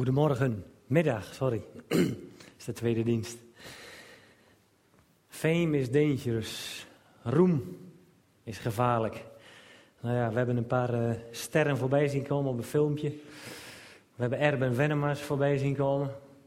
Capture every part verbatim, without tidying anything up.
Goedemorgen, middag, sorry. Dat is de tweede dienst. Fame is dangerous. Roem is gevaarlijk. Nou ja, we hebben een paar uh, sterren voorbij zien komen op een filmpje. We hebben Erben Wennemars voorbij zien komen.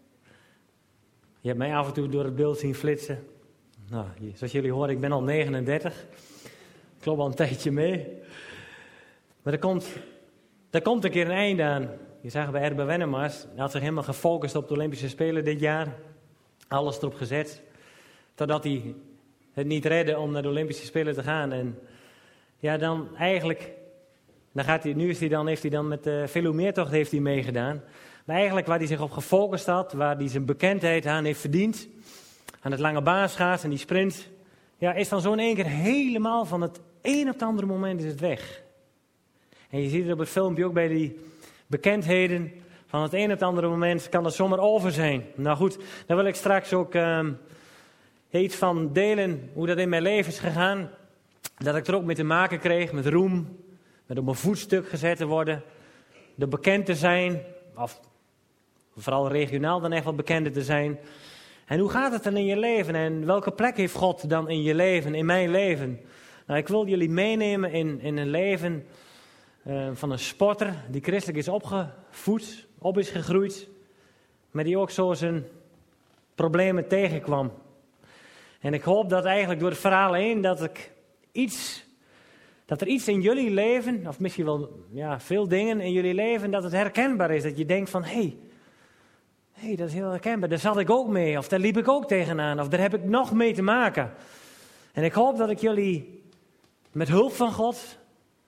Je hebt mij af en toe door het beeld zien flitsen. Nou, zoals jullie horen, ik ben al negenendertig. Ik loop al een tijdje mee. Maar er komt, er komt een keer een einde aan. Je zag bij Erben Wennemars, hij had zich helemaal gefocust op de Olympische Spelen dit jaar. Alles erop gezet. Totdat hij het niet redde om naar de Olympische Spelen te gaan. En ja, dan eigenlijk, dan gaat hij, nu is hij dan, heeft hij dan met de Velumeertocht heeft hij meegedaan. Maar eigenlijk waar hij zich op gefocust had, waar hij zijn bekendheid aan heeft verdiend, aan het lange baanschaats en die sprint, ja, is dan zo in één keer helemaal van het een op het andere moment is het weg. En je ziet het op het filmpje ook bij die bekendheden, van het een op het andere moment kan het zomaar over zijn. Nou goed, daar wil ik straks ook um, iets van delen, hoe dat in mijn leven is gegaan. Dat ik er ook mee te maken kreeg, met roem, met op mijn voetstuk gezet te worden, de bekend te zijn, of vooral regionaal dan echt wat bekender te zijn. En hoe gaat het dan in je leven en welke plek heeft God dan in je leven, in mijn leven? Nou, ik wil jullie meenemen in, in een leven uh, van een sporter die christelijk is opgevoed, op is gegroeid, maar die ook zo zijn problemen tegenkwam. En ik hoop dat eigenlijk door het verhaal heen dat ik iets, dat er iets in jullie leven, of misschien wel ja, veel dingen in jullie leven, dat het herkenbaar is. Dat je denkt van, hé, hey, hey, dat is heel herkenbaar, daar zat ik ook mee, of daar liep ik ook tegenaan, of daar heb ik nog mee te maken. En ik hoop dat ik jullie met hulp van God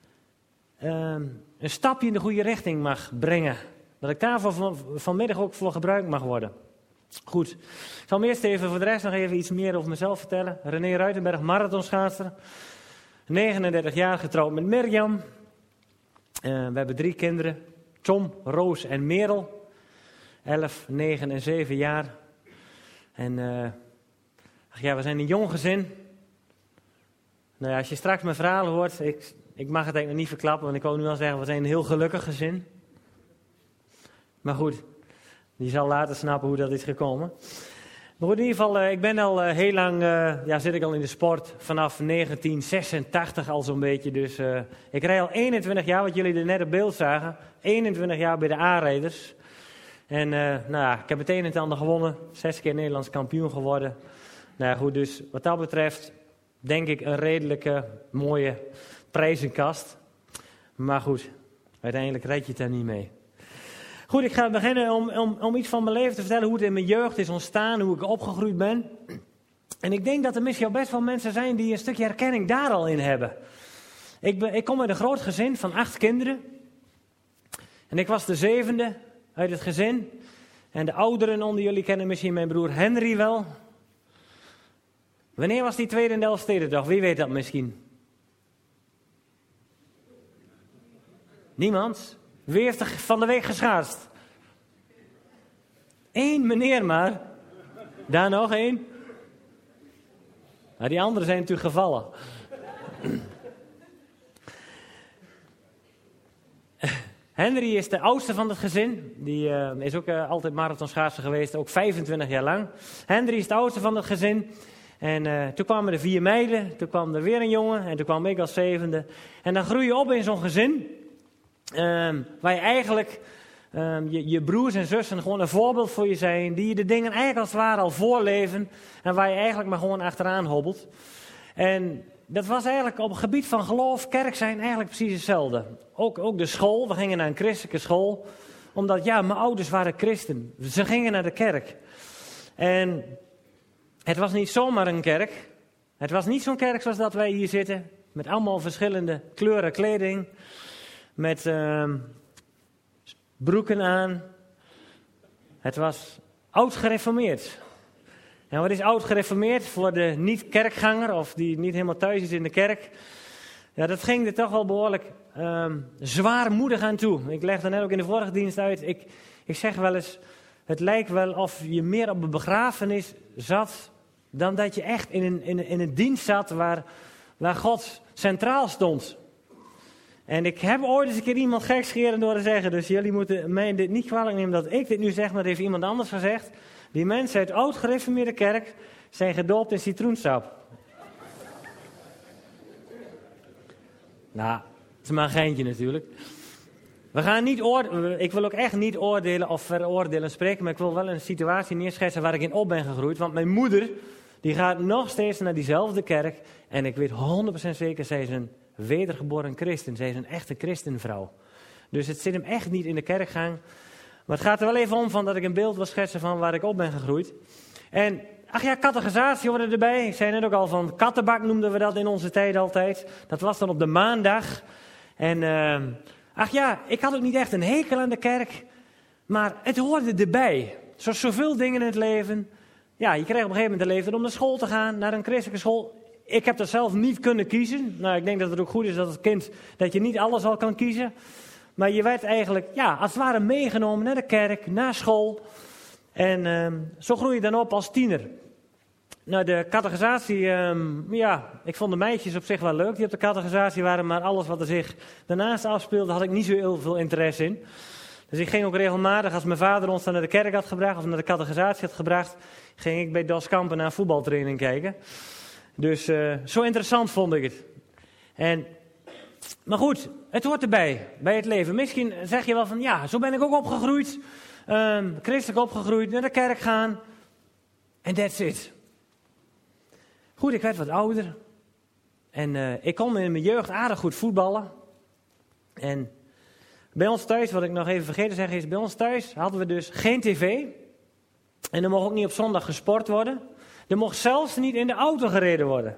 um, een stapje in de goede richting mag brengen. Dat ik daarvoor van, vanmiddag ook voor gebruikt mag worden. Goed, ik zal me eerst even voor de rest nog even iets meer over mezelf vertellen. René Ruitenberg, marathonschaatser. negenendertig jaar, getrouwd met Mirjam. Uh, we hebben drie kinderen. Tom, Roos en Merel. elf, negen en zeven jaar. En uh, ach ja, we zijn een jong gezin. Nou ja, als je straks mijn verhalen hoort, ik, ik mag het eigenlijk nog niet verklappen, want ik wou nu al zeggen, we zijn een heel gelukkig gezin. Maar goed, je zal later snappen hoe dat is gekomen. Maar goed, in ieder geval, uh, ik ben al uh, heel lang, uh, ja, zit ik al in de sport, vanaf negentien zesentachtig al zo'n beetje. Dus uh, ik rij al eenentwintig jaar, wat jullie er net op beeld zagen, eenentwintig jaar bij de A-rijders. En uh, nou ja, ik heb het een en het ander gewonnen, zes keer Nederlands kampioen geworden. Nou ja, goed, dus wat dat betreft, denk ik een redelijke, mooie prijzenkast. Maar goed, uiteindelijk rijd je het daar niet mee. Goed, ik ga beginnen om, om, om iets van mijn leven te vertellen, hoe het in mijn jeugd is ontstaan, hoe ik opgegroeid ben. En ik denk dat er misschien al best wel mensen zijn die een stukje herkenning daar al in hebben. Ik, ben, ik kom uit een groot gezin van acht kinderen. En ik was de zevende uit het gezin. En de ouderen onder jullie kennen misschien mijn broer Henry wel. Wanneer was die tweede en de Elfstedentocht? Wie weet dat misschien? Niemand? Wie heeft er van de week geschaatst? Eén meneer maar. Daar nog één. Maar die anderen zijn natuurlijk gevallen. Henry is de oudste van het gezin. Die uh, is ook uh, altijd marathonschaatser geweest, ook vijfentwintig jaar lang. Henry is de oudste van het gezin. En uh, toen kwamen er vier meiden, toen kwam er weer een jongen en toen kwam ik als zevende. En dan groei je op in zo'n gezin. Um, waar je eigenlijk um, je, je broers en zussen gewoon een voorbeeld voor je zijn. Die je de dingen eigenlijk als het ware al voorleven. En waar je eigenlijk maar gewoon achteraan hobbelt. En dat was eigenlijk op het gebied van geloof, kerk zijn eigenlijk precies hetzelfde. Ook, ook de school, we gingen naar een christelijke school. Omdat ja, mijn ouders waren christen. Ze gingen naar de kerk. En het was niet zomaar een kerk. Het was niet zo'n kerk zoals dat wij hier zitten. Met allemaal verschillende kleuren kleding. Met uh, broeken aan. Het was oud gereformeerd. En wat is oud gereformeerd voor de niet-kerkganger of die niet helemaal thuis is in de kerk? Ja, dat ging er toch wel behoorlijk uh, zwaarmoedig aan toe. Ik legde net ook in de vorige dienst uit. Ik, ik zeg wel eens, het lijkt wel of je meer op een begrafenis zat dan dat je echt in een, in een, in een dienst zat waar, waar God centraal stond. En ik heb ooit eens een keer iemand gekscheren door te zeggen, dus jullie moeten mij dit niet kwalijk nemen dat ik dit nu zeg, maar dat heeft iemand anders gezegd. Die mensen uit oud-gereformeerde kerk zijn gedoopt in citroensap. Nou, het is maar een geintje natuurlijk. We gaan niet oordelen, ik wil ook echt niet oordelen of veroordelen spreken, maar ik wil wel een situatie neerschetsen waar ik in op ben gegroeid. Want mijn moeder, die gaat nog steeds naar diezelfde kerk. En ik weet honderd procent zeker, zij is een wedergeboren christen. Zij is een echte christenvrouw. Dus het zit hem echt niet in de kerkgang. Maar het gaat er wel even om van dat ik een beeld wil schetsen van waar ik op ben gegroeid. En, ach ja, catechisatie hoorde erbij. Ik zei net ook al van kattenbak noemden we dat in onze tijd altijd. Dat was dan op de maandag. En, uh, ach ja, ik had ook niet echt een hekel aan de kerk. Maar het hoorde erbij. Zoals zoveel dingen in het leven. Ja, je kreeg op een gegeven moment de leeftijd om naar school te gaan, naar een christelijke school. Ik heb dat zelf niet kunnen kiezen. Nou, ik denk dat het ook goed is dat het kind, dat je niet alles al kan kiezen. Maar je werd eigenlijk, ja, als het ware meegenomen naar de kerk, naar school. En um, zo groei je dan op als tiener. Nou, de catechisatie, um, ja, ik vond de meisjes op zich wel leuk die op de catechisatie waren. Maar alles wat er zich daarnaast afspeelde, had ik niet zo heel veel interesse in. Dus ik ging ook regelmatig, als mijn vader ons dan naar de kerk had gebracht, of naar de catechisatie had gebracht, ging ik bij Dos Kampen naar een voetbaltraining kijken. Dus uh, zo interessant vond ik het. En, maar goed, het hoort erbij, bij het leven. Misschien zeg je wel van, ja, zo ben ik ook opgegroeid. Um, christelijk opgegroeid, naar de kerk gaan. En that's it. Goed, ik werd wat ouder. En uh, ik kon in mijn jeugd aardig goed voetballen. En bij ons thuis, wat ik nog even vergeten te zeggen is, bij ons thuis hadden we dus geen tv. En er mocht ook niet op zondag gesport worden. Er mocht zelfs niet in de auto gereden worden.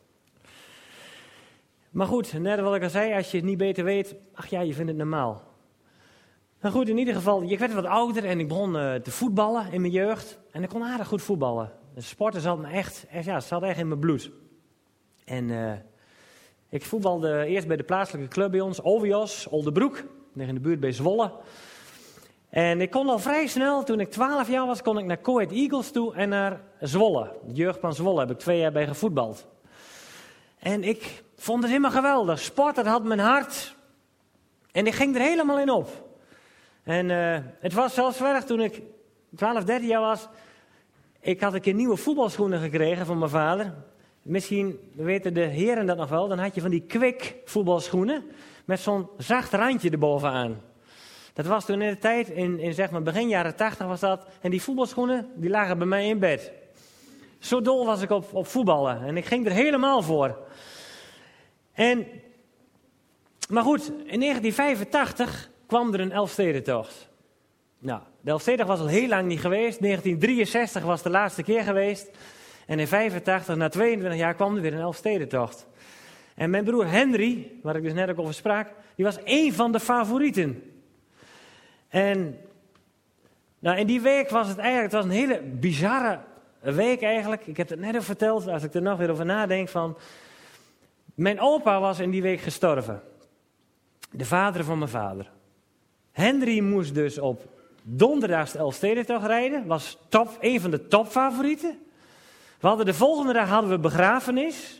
Maar goed, net wat ik al zei, als je het niet beter weet, ach ja, je vindt het normaal. Maar goed, in ieder geval, ik werd wat ouder en ik begon uh, te voetballen in mijn jeugd. En ik kon aardig goed voetballen. De sporten zat me echt, ja, zat echt in mijn bloed. En uh, ik voetbalde eerst bij de plaatselijke club bij ons, Ovios, Oldebroek, in de buurt bij Zwolle. En ik kon al vrij snel, toen ik twaalf jaar was, kon ik naar Coed Eagles toe en naar Zwolle. De jeugd van Zwolle heb ik twee jaar bij gevoetbald. En ik vond het helemaal geweldig. Sport, dat had mijn hart. En ik ging er helemaal in op. En uh, het was zelfs erg toen ik twaalf, dertien jaar was. Ik had een keer nieuwe voetbalschoenen gekregen van mijn vader. Misschien weten de heren dat nog wel. Dan had je van die Kwik voetbalschoenen met zo'n zacht randje erbovenaan. Dat was toen in de tijd, in, in zeg maar begin jaren tachtig was dat. En die voetbalschoenen, die lagen bij mij in bed. Zo dol was ik op, op voetballen. En ik ging er helemaal voor. En, maar goed, in negentien vijfentachtig kwam er een Elfstedentocht. Nou, de Elfstedentocht was al heel lang niet geweest. negentien drieënzestig was de laatste keer geweest. En in vijfentachtig, na tweeëntwintig jaar, kwam er weer een Elfstedentocht. En mijn broer Henry, waar ik dus net ook over sprak, die was één van de favorieten. En nou, in die week was het eigenlijk, het was een hele bizarre week eigenlijk. Ik heb het net ook verteld, als ik er nog weer over nadenk van. Mijn opa was in die week gestorven. De vader van mijn vader. Henry moest dus op donderdags de Elfstedentocht rijden. Was top, een van de topfavorieten. We hadden de volgende dag hadden we begrafenis.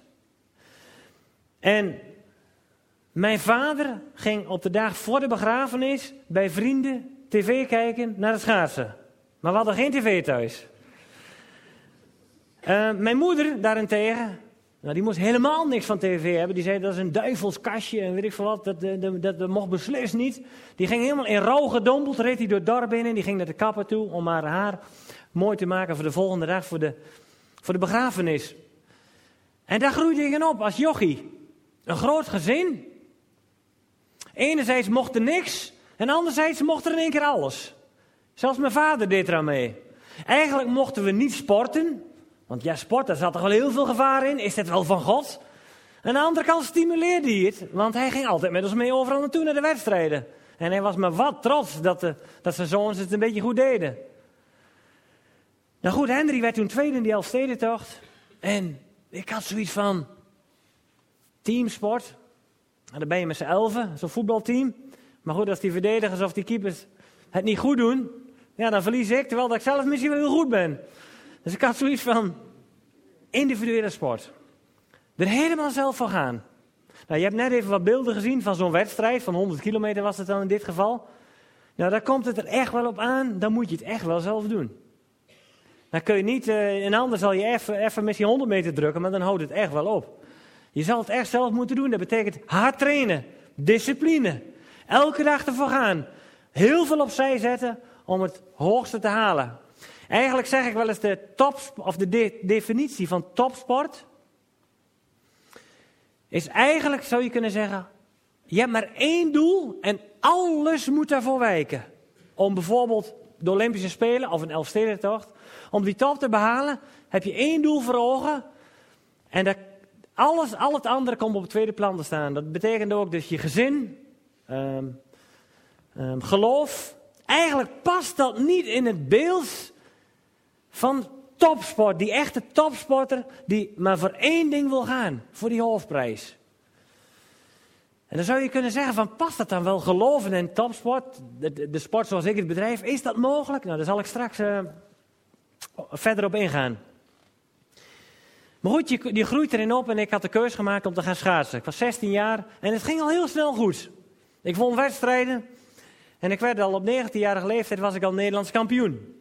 En mijn vader ging op de dag voor de begrafenis bij vrienden tv kijken naar het schaatsen. Maar we hadden geen tv thuis. Uh, mijn moeder daarentegen, nou, die moest helemaal niks van tv hebben. Die zei dat is een duivelskastje en weet ik veel wat, dat, dat, dat, dat mocht beslist niet. Die ging helemaal in rouw gedompeld, reed hij door het dorp in en die ging naar de kapper toe om haar haar mooi te maken voor de volgende dag, voor de, voor de begrafenis. En daar groeide ik in op als jochie. Een groot gezin. Enerzijds mocht er niks en anderzijds mocht er in één keer alles. Zelfs mijn vader deed eraan mee. Eigenlijk mochten we niet sporten. Want ja, sport, daar zat toch wel heel veel gevaar in. Is dat wel van God? Aan de andere kant stimuleerde hij het. Want hij ging altijd met ons mee overal naartoe naar de wedstrijden. En hij was maar wat trots dat, de, dat zijn zoons het een beetje goed deden. Nou goed, Henry werd toen tweede in die Elfstedentocht. En ik had zoiets van teamsport. En dan ben je met z'n elfen, zo'n voetbalteam. Maar goed, als die verdedigers of die keepers het niet goed doen, ja, dan verlies ik. Terwijl dat ik zelf misschien wel heel goed ben. Dus ik had zoiets van individuele sport. Er helemaal zelf voor gaan. Nou, je hebt net even wat beelden gezien van zo'n wedstrijd. Van honderd kilometer was het dan in dit geval. Nou, daar komt het er echt wel op aan. Dan moet je het echt wel zelf doen. Dan kun je niet, uh, een ander zal je even, even misschien honderd meter drukken, maar dan houdt het echt wel op. Je zal het echt zelf moeten doen. Dat betekent hard trainen, discipline, elke dag ervoor gaan. Heel veel opzij zetten om het hoogste te halen. Eigenlijk zeg ik wel eens de, top, of de de, definitie van topsport is eigenlijk, zou je kunnen zeggen, je hebt maar één doel en alles moet daarvoor wijken. Om bijvoorbeeld de Olympische Spelen of een Elfstedentocht, om die top te behalen, heb je één doel voor ogen. En dat, alles, al het andere komt op het tweede plan te staan. Dat betekent ook dat je gezin, um, um, geloof, eigenlijk past dat niet in het beeld van topsport. Die echte topsporter die maar voor één ding wil gaan, voor die hoofdprijs. En dan zou je kunnen zeggen van, past dat dan wel geloven in topsport? De, de, de sport zoals ik het bedrijf, is dat mogelijk? Nou, daar zal ik straks uh, verder op ingaan. Maar goed, je, je groeit erin op en ik had de keus gemaakt om te gaan schaatsen. Ik was zestien jaar en het ging al heel snel goed. Ik won wedstrijden en ik werd al op negentienjarige leeftijd was ik al Nederlands kampioen.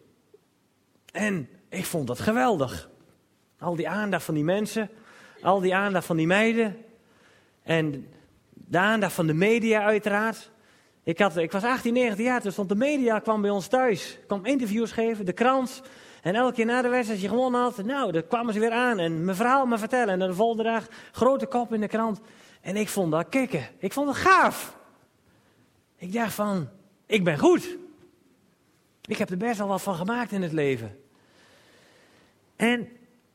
En ik vond dat geweldig. Al die aandacht van die mensen, al die aandacht van die meiden en de aandacht van de media uiteraard. Ik, had, ik was achttien, negentien jaar, toen stond de media, kwam bij ons thuis. Kwam interviews geven, de krant. En elke keer na de wedstrijd, als je gewonnen had, nou, dan kwamen ze weer aan. En mijn verhaal me vertellen. En dan de volgende dag, grote kop in de krant. En ik vond dat kicken. Ik vond het gaaf. Ik dacht van, ik ben goed. Ik heb er best wel wat van gemaakt in het leven. En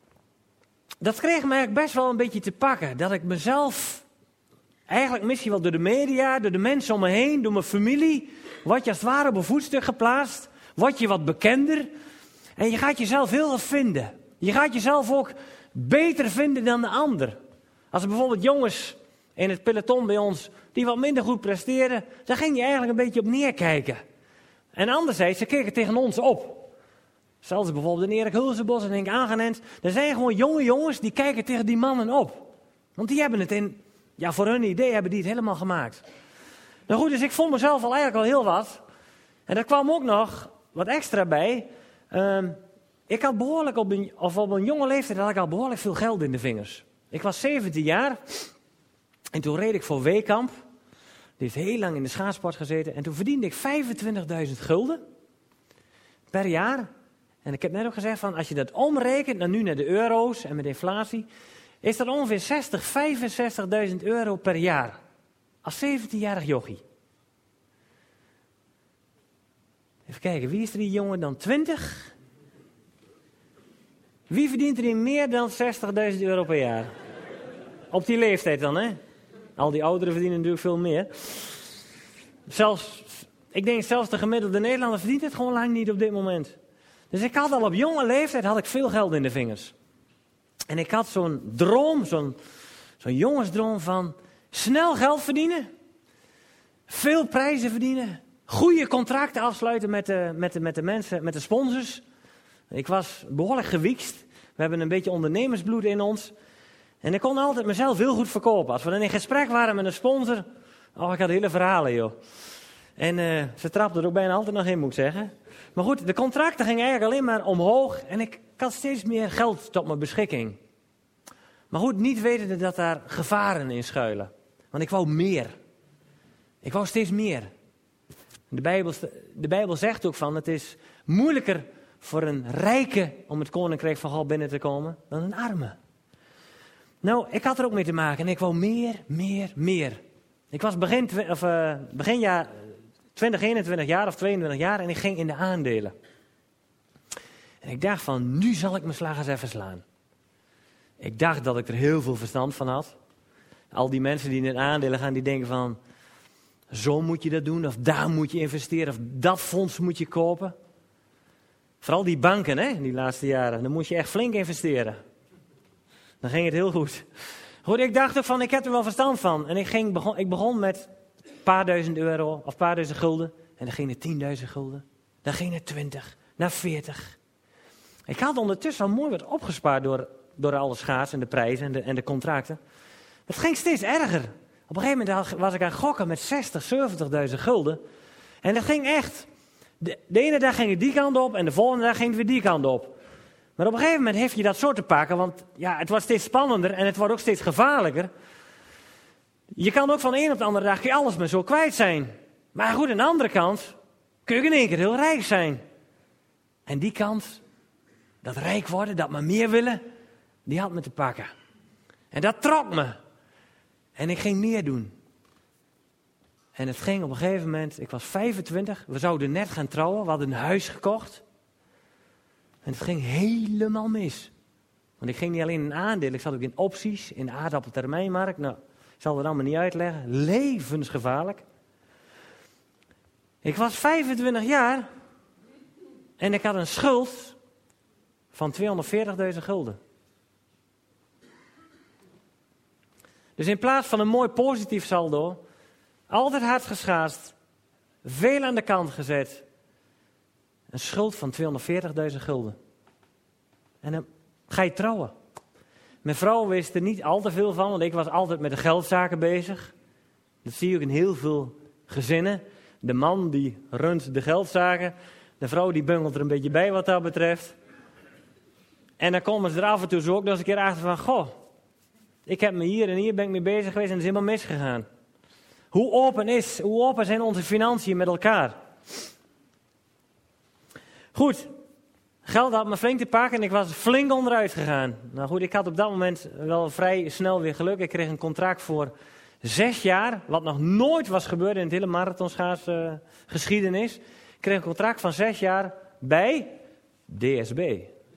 dat kreeg me eigenlijk best wel een beetje te pakken. Dat ik mezelf, eigenlijk misschien wel door de media, door de mensen om me heen, door mijn familie, word je als het ware op een voetstuk geplaatst. Word je wat bekender. En je gaat jezelf heel veel vinden. Je gaat jezelf ook beter vinden dan de ander. Als er bijvoorbeeld jongens in het peloton bij ons die wat minder goed presteren, dan ging je eigenlijk een beetje op neerkijken. En anderzijds, ze keken tegen ons op. Zelfs bijvoorbeeld in Erik Hulzenbos en Henk Aangenent. Er zijn gewoon jonge jongens die kijken tegen die mannen op. Want die hebben het in, ja, voor hun idee hebben die het helemaal gemaakt. Nou goed, dus ik vond mezelf al eigenlijk al heel wat. En er kwam ook nog wat extra bij. Um, ik had behoorlijk op een, of op een jonge leeftijd had ik al behoorlijk veel geld in de vingers. Ik was zeventien jaar en toen reed ik voor Weekamp. Die heeft heel lang in de schaatsport gezeten. En toen verdiende ik vijfentwintigduizend gulden per jaar. En ik heb net ook gezegd van als je dat omrekent naar nu naar de euro's en met inflatie, is dat ongeveer zestig, vijfenzestigduizend euro per jaar. Als zeventienjarig jochie. Even kijken, wie is er die jongen dan twintig? Wie verdient er hier meer dan zestigduizend euro per jaar? Op die leeftijd dan, hè? Al die ouderen verdienen natuurlijk veel meer. Zelfs, ik denk zelfs de gemiddelde Nederlander verdient het gewoon lang niet op dit moment. Dus ik had al op jonge leeftijd had ik veel geld in de vingers. En ik had zo'n droom, zo'n, zo'n jongensdroom van snel geld verdienen. Veel prijzen verdienen. Goede contracten afsluiten met de, met, de, met de mensen, met de sponsors. Ik was behoorlijk gewiekst. We hebben een beetje ondernemersbloed in ons. En ik kon altijd mezelf heel goed verkopen. Als we dan in gesprek waren met een sponsor. Oh, ik had hele verhalen, joh. En uh, ze trapten er ook bijna altijd nog in, moet ik zeggen. Maar goed, de contracten gingen eigenlijk alleen maar omhoog. En ik had steeds meer geld tot mijn beschikking. Maar goed, niet wetende dat daar gevaren in schuilen. Want ik wou meer. Ik wou steeds meer. De Bijbel, de Bijbel zegt ook van, het is moeilijker voor een rijke om het koninkrijk van God binnen te komen dan een arme. Nou, ik had er ook mee te maken en ik wou meer, meer, meer. Ik was begin, of, uh, begin jaar twintig, eenentwintig jaar of tweeëntwintig jaar en ik ging in de aandelen. En ik dacht van, nu zal ik mijn slag eens even slaan. Ik dacht dat ik er heel veel verstand van had. Al die mensen die in de aandelen gaan, die denken van, zo moet je dat doen, of daar moet je investeren, of dat fonds moet je kopen. Vooral die banken, hè, die laatste jaren, dan moet je echt flink investeren. Dan ging het heel goed. Goed, ik dacht ook van, ik heb er wel verstand van. En ik, ging, begon, ik begon met een paar duizend euro, of een paar duizend gulden. En dan ging het tienduizend gulden. Dan ging het twintig, naar veertig. Ik had ondertussen al mooi wat opgespaard door, door alle schaats en de prijzen en de, en de contracten. Het ging steeds erger. Op een gegeven moment was ik aan het gokken met zestig, zeventigduizend gulden. En dat ging echt. De, de ene dag ging het die kant op en de volgende dag ging het weer die kant op. Maar op een gegeven moment heeft je dat zo te pakken, want ja, het wordt steeds spannender en het wordt ook steeds gevaarlijker. Je kan ook van de een op de andere dag alles maar zo kwijt zijn. Maar goed, aan de andere kant kun je in één keer heel rijk zijn. En die kant, dat rijk worden, dat maar meer willen, die had me te pakken. En dat trok me. En ik ging meer doen. En het ging op een gegeven moment, ik was vijfentwintig, we zouden net gaan trouwen, we hadden een huis gekocht. En het ging helemaal mis. Want ik ging niet alleen in aandelen, ik zat ook in opties, in de aardappeltermijnmarkt. Nou, ik zal het allemaal niet uitleggen. Levensgevaarlijk. Ik was vijfentwintig jaar en ik had een schuld van tweehonderdveertigduizend gulden. Dus in plaats van een mooi positief saldo, altijd hard geschaast, veel aan de kant gezet, een schuld van tweehonderdveertigduizend gulden. En dan ga je trouwen. Mijn vrouw wist er niet al te veel van, want ik was altijd met de geldzaken bezig. Dat zie je ook in heel veel gezinnen. De man die runt de geldzaken, de vrouw die bungelt er een beetje bij wat dat betreft. En dan komen ze er af en toe zo ook nog eens een keer achter van, goh, ik heb me hier en hier ben ik mee bezig geweest en het is helemaal misgegaan. Hoe open is, hoe open zijn onze financiën met elkaar? Goed, geld had me flink te pakken en ik was flink onderuit gegaan. Nou goed, ik had op dat moment wel vrij snel weer geluk. Ik kreeg een contract voor zes jaar, wat nog nooit was gebeurd in het hele marathonschaats uh, geschiedenis. Ik kreeg een contract van zes jaar bij D S B.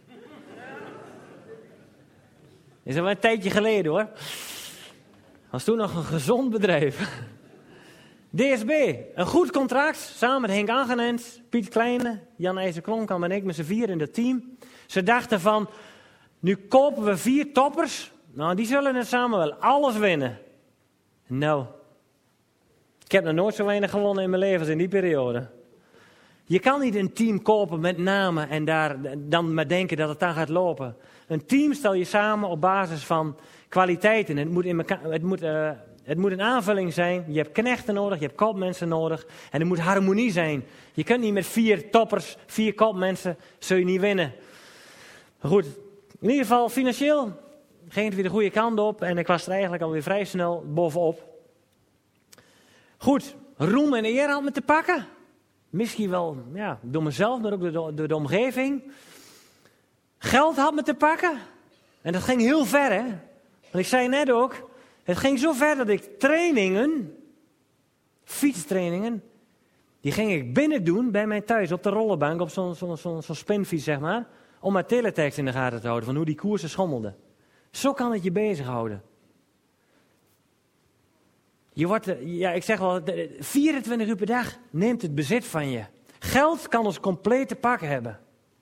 Is dat wel een tijdje geleden hoor. Was toen nog een gezond bedrijf. D S B, een goed contract, samen met Henk Angenent, Piet Kleine, Jan IJzer-Klonkamp en ik met z'n vier in dat team. Ze dachten van, nu kopen we vier toppers, nou die zullen het samen wel alles winnen. Nou, ik heb nog nooit zo weinig gewonnen in mijn leven als in die periode. Je kan niet een team kopen met namen en daar dan maar denken dat het dan gaat lopen. Een team stel je samen op basis van kwaliteiten. Het moet, in elkaar, het moet, uh, het moet een aanvulling zijn. Je hebt knechten nodig, je hebt kopmensen nodig. En er moet harmonie zijn. Je kunt niet met vier toppers, vier kopmensen, zul je niet winnen. Goed, in ieder geval financieel ging het weer de goede kant op. En ik was er eigenlijk alweer vrij snel bovenop. Goed, roem en eer had me te pakken. Misschien wel ja, door mezelf, maar ook door de, door de omgeving. Geld had me te pakken. En dat ging heel ver, hè. Want ik zei net ook, het ging zo ver dat ik trainingen, fietstrainingen, die ging ik binnen doen bij mij thuis op de rollenbank, op zo'n zo, zo, zo spinfiets, zeg maar. Om mijn teletext in de gaten te houden, van hoe die koersen schommelden. Zo kan het je bezighouden. Je wordt, ja, ik zeg wel, vierentwintig uur per dag neemt het bezit van je. Geld kan ons compleet te pakken hebben.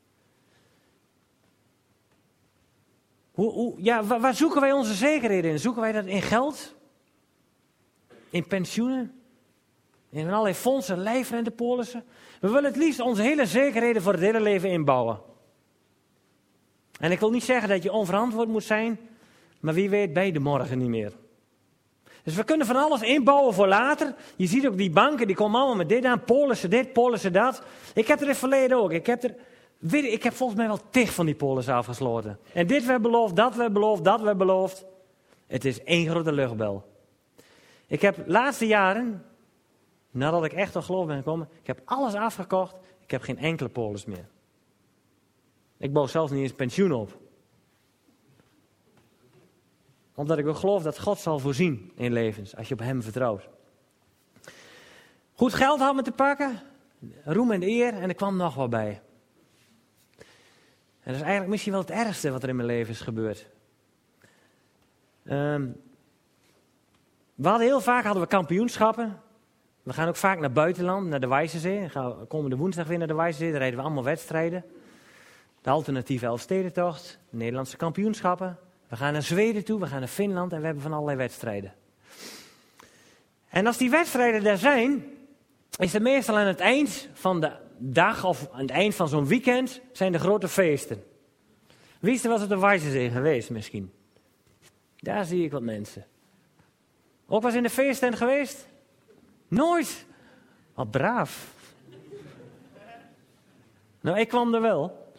Hoe, hoe, ja, waar, waar zoeken wij onze zekerheden in? Zoeken wij dat in geld? In pensioenen? In allerlei fondsen, lijfrentepolissen? We willen het liefst onze hele zekerheden voor het hele leven inbouwen. En ik wil niet zeggen dat je onverantwoord moet zijn, maar wie weet bij de morgen niet meer. Dus we kunnen van alles inbouwen voor later. Je ziet ook die banken, die komen allemaal met dit aan, polissen dit, polissen dat. Ik heb er in het verleden ook, ik heb er... Weet je, ik heb volgens mij wel tig van die polissen afgesloten. En dit werd beloofd, dat werd beloofd, dat werd beloofd. Het is één grote luchtbel. Ik heb de laatste jaren, nadat ik echt al geloof ben gekomen, ik heb alles afgekocht. Ik heb geen enkele polis meer. Ik bouw zelfs niet eens pensioen op. Omdat ik ook geloof dat God zal voorzien in levens, als je op hem vertrouwt. Goed geld had me te pakken, roem en eer, en er kwam nog wat bij. En dat is eigenlijk misschien wel het ergste wat er in mijn leven is gebeurd. Um, we hadden heel vaak hadden we kampioenschappen. We gaan ook vaak naar buitenland, naar de Wijzezee. We gaan komende woensdag weer naar de Wijzezee. Daar rijden we allemaal wedstrijden. De alternatieve Elfstedentocht, de Nederlandse kampioenschappen. We gaan naar Zweden toe, we gaan naar Finland en we hebben van allerlei wedstrijden. En als die wedstrijden daar zijn, is het meestal aan het eind van de dag of aan het eind van zo'n weekend zijn de grote feesten. Wie is er wel eens op de Wijzezee geweest misschien? Daar zie ik wat mensen. Ook was in de feesttent geweest? Nooit. Wat braaf. Nou, ik kwam er wel.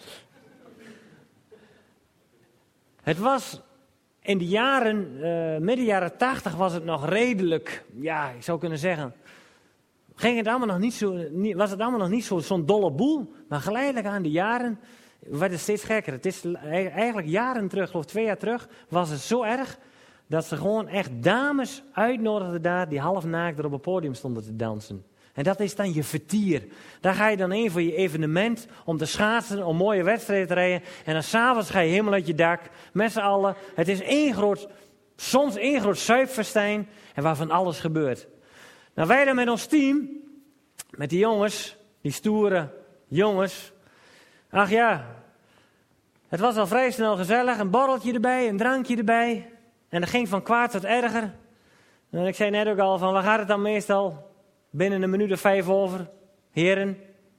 Het was in de jaren, uh, midden jaren tachtig was het nog redelijk, ja, ik zou kunnen zeggen, ging het allemaal nog niet zo, niet, was het allemaal nog niet zo, zo'n dolle boel. Maar geleidelijk aan de jaren werd het steeds gekker. Het is eigenlijk jaren terug, geloof ik twee jaar terug, was het zo erg dat ze gewoon echt dames uitnodigden daar die half naakt er op het podium stonden te dansen. En dat is dan je vertier. Daar ga je dan heen voor je evenement, om te schaatsen, om mooie wedstrijden te rijden. En dan s'avonds ga je helemaal uit je dak, met z'n allen. Het is één groot, soms één groot zuipfestijn en waarvan alles gebeurt. Nou, wij dan met ons team, met die jongens, die stoere jongens. Ach ja, het was al vrij snel gezellig. Een borreltje erbij, een drankje erbij. En dat ging van kwaad tot erger. En ik zei net ook al, van waar gaat het dan meestal? Binnen een minuut of vijf over. Heren.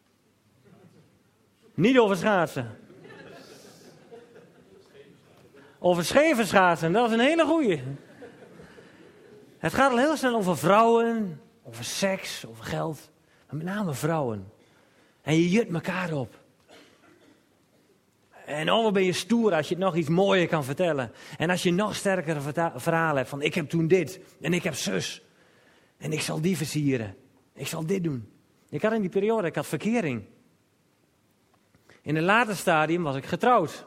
Niet over schaatsen. Over scheven schaatsen, dat is een hele goeie. Het gaat al heel snel over vrouwen, over seks, over geld. Maar met name vrouwen. En je jut elkaar op. En oh, wat ben je stoer als je het nog iets mooier kan vertellen. En als je nog sterkere verta- verhalen hebt van ik heb toen dit en ik heb zus. En ik zal die versieren. Ik zal dit doen. Ik had in die periode, ik had verkering. In een later stadium was ik getrouwd.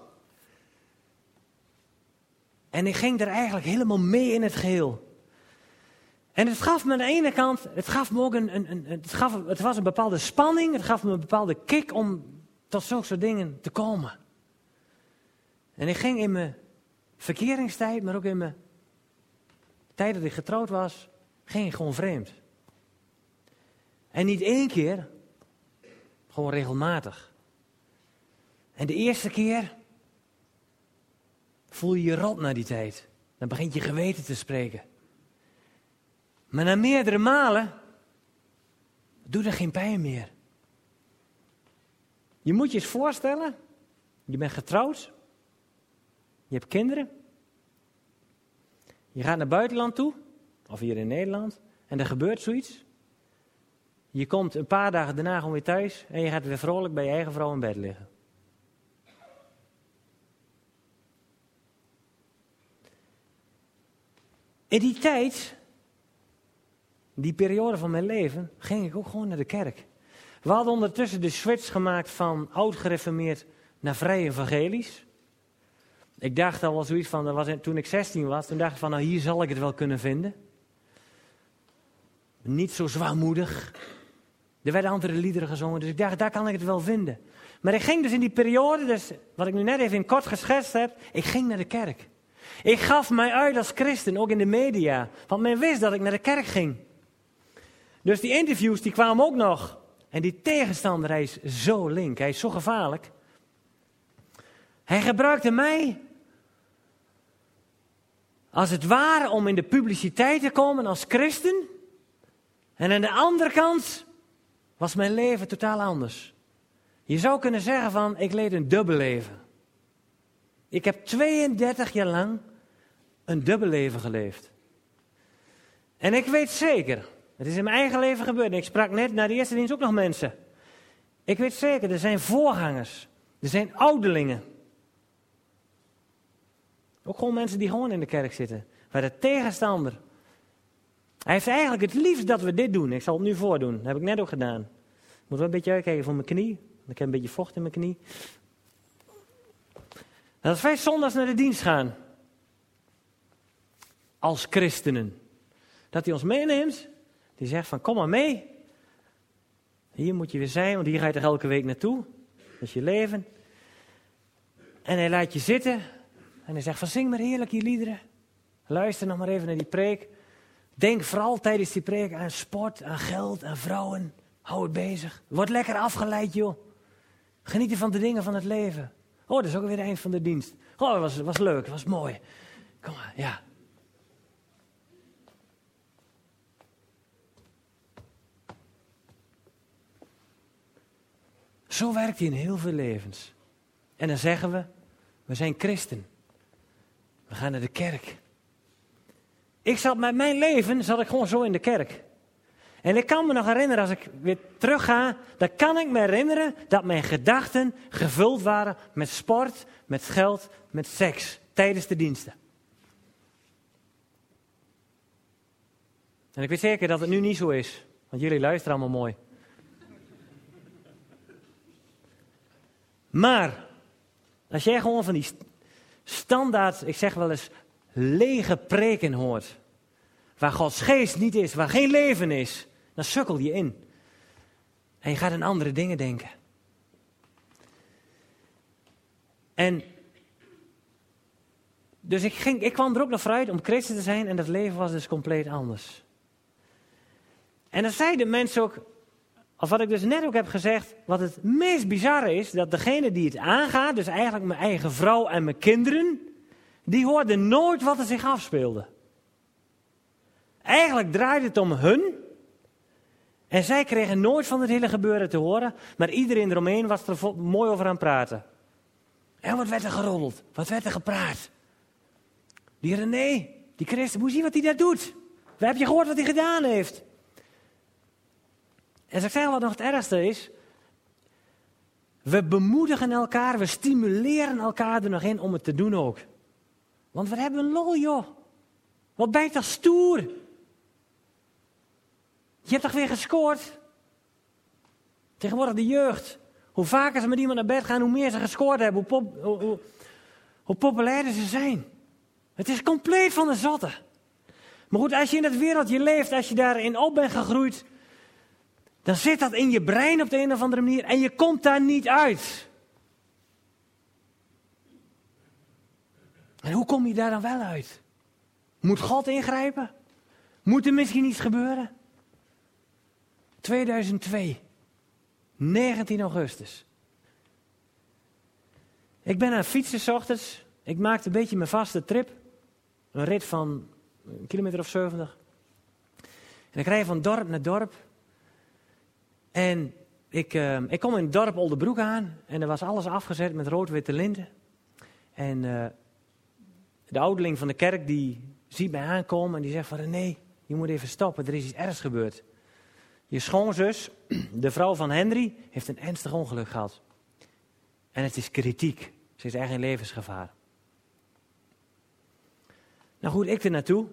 En ik ging er eigenlijk helemaal mee in het geheel. En het gaf me aan de ene kant, het gaf me ook een, een, een het, gaf, het was een bepaalde spanning. Het gaf me een bepaalde kick om tot zulke soort dingen te komen. En ik ging in mijn verkeringstijd, maar ook in mijn tijd dat ik getrouwd was, ging ik gewoon vreemd. En niet één keer, gewoon regelmatig. En de eerste keer voel je je rot na die tijd. Dan begint je geweten te spreken. Maar na meerdere malen doet er geen pijn meer. Je moet je eens voorstellen, je bent getrouwd. Je hebt kinderen. Je gaat naar het buitenland toe, of hier in Nederland, en er gebeurt zoiets. Je komt een paar dagen daarna gewoon weer thuis en je gaat weer vrolijk bij je eigen vrouw in bed liggen. In die tijd, die periode van mijn leven, ging ik ook gewoon naar de kerk. We hadden ondertussen de switch gemaakt van oud-gereformeerd naar vrij evangelisch. Ik dacht al wel zoiets van, dat was toen ik zestien was, toen dacht ik van, nou hier zal ik het wel kunnen vinden. Niet zo zwaarmoedig. Er werden andere liederen gezongen, dus ik dacht, daar kan ik het wel vinden. Maar ik ging dus in die periode, dus wat ik nu net even in kort geschetst heb, ik ging naar de kerk. Ik gaf mij uit als christen, ook in de media, want men wist dat ik naar de kerk ging. Dus die interviews, die kwamen ook nog. En die tegenstander, hij is zo link, hij is zo gevaarlijk. Hij gebruikte mij als het ware om in de publiciteit te komen als christen. En aan de andere kant was mijn leven totaal anders. Je zou kunnen zeggen van, ik leed een dubbel leven. Ik heb tweeëndertig jaar lang een dubbel leven geleefd. En ik weet zeker, het is in mijn eigen leven gebeurd. En ik sprak net na de eerste dienst ook nog mensen. Ik weet zeker, er zijn voorgangers. Er zijn ouderlingen. Ook gewoon mensen die gewoon in de kerk zitten. Waar de tegenstander. Hij heeft eigenlijk het liefst dat we dit doen. Ik zal het nu voordoen. Dat heb ik net ook gedaan. Ik moet wel een beetje uitkijken voor mijn knie. Ik heb een beetje vocht in mijn knie. En als wij zondags naar de dienst gaan. Als christenen. Dat hij ons meeneemt. Die zegt van kom maar mee. Hier moet je weer zijn. Want hier ga je toch elke week naartoe. Dat is je leven. En hij laat je zitten. En hij zegt van zing maar heerlijk die liederen. Luister nog maar even naar die preek. Denk vooral tijdens die preek aan sport, aan geld, aan vrouwen. Hou het bezig. Word lekker afgeleid joh. Genieten van de dingen van het leven. Oh, dat is ook weer het eind van de dienst. Oh, dat was, was leuk, dat was mooi. Kom maar, ja. Zo werkt hij in heel veel levens. En dan zeggen we, we zijn christen. We gaan naar de kerk. ik zat met mijn leven, zat ik gewoon zo in de kerk. En ik kan me nog herinneren, als ik weer terug ga, dan kan ik me herinneren dat mijn gedachten gevuld waren met sport, met geld, met seks, tijdens de diensten. En ik weet zeker dat het nu niet zo is, want jullie luisteren allemaal mooi. Maar, als jij gewoon van die standaard, ik zeg wel eens, lege preken hoort, waar Gods geest niet is, waar geen leven is, dan sukkel je in. En je gaat aan andere dingen denken. En dus ik, ging, ik kwam er ook naar vooruit om christen te zijn en dat leven was dus compleet anders. En dan zeiden mensen ook, of wat ik dus net ook heb gezegd, wat het meest bizarre is, dat degene die het aangaat, dus eigenlijk mijn eigen vrouw en mijn kinderen, die hoorden nooit wat er zich afspeelde. Eigenlijk draaide het om hun. En zij kregen nooit van het hele gebeuren te horen. Maar iedereen eromheen was er vo- mooi over aan het praten. En wat werd er geroddeld? Wat werd er gepraat? Die René, die christen, moet je zien wat hij daar doet. We hebben je gehoord wat hij gedaan heeft. En ze zeggen wat nog het ergste is. We bemoedigen elkaar, we stimuleren elkaar er nog in om het te doen ook. Want we hebben een lol, joh. Wat ben je toch stoer? Je hebt toch weer gescoord? Tegenwoordig de jeugd. Hoe vaker ze met iemand naar bed gaan, hoe meer ze gescoord hebben. Hoe, pop, hoe, hoe, hoe populairder ze zijn. Het is compleet van de zotte. Maar goed, als je in dat wereldje leeft, als je daarin op bent gegroeid, dan zit dat in je brein op de een of andere manier en je komt daar niet uit. En hoe kom je daar dan wel uit? Moet God ingrijpen? Moet er misschien iets gebeuren? tweeduizend twee, negentien augustus. Ik ben aan het fietsen 's ochtends. Ik maakte een beetje mijn vaste trip. Een rit van een kilometer of zeventig. En ik rijd van dorp naar dorp. En ik, uh, ik kom in het dorp Oldebroek aan. En er was alles afgezet met rood-witte linten. En uh, de ouderling van de kerk die ziet mij aankomen en die zegt van René, je moet even stoppen, er is iets ergs gebeurd. Je schoonzus, de vrouw van Henry, heeft een ernstig ongeluk gehad. En het is kritiek. Ze is echt in levensgevaar. Nou goed, ik er naartoe.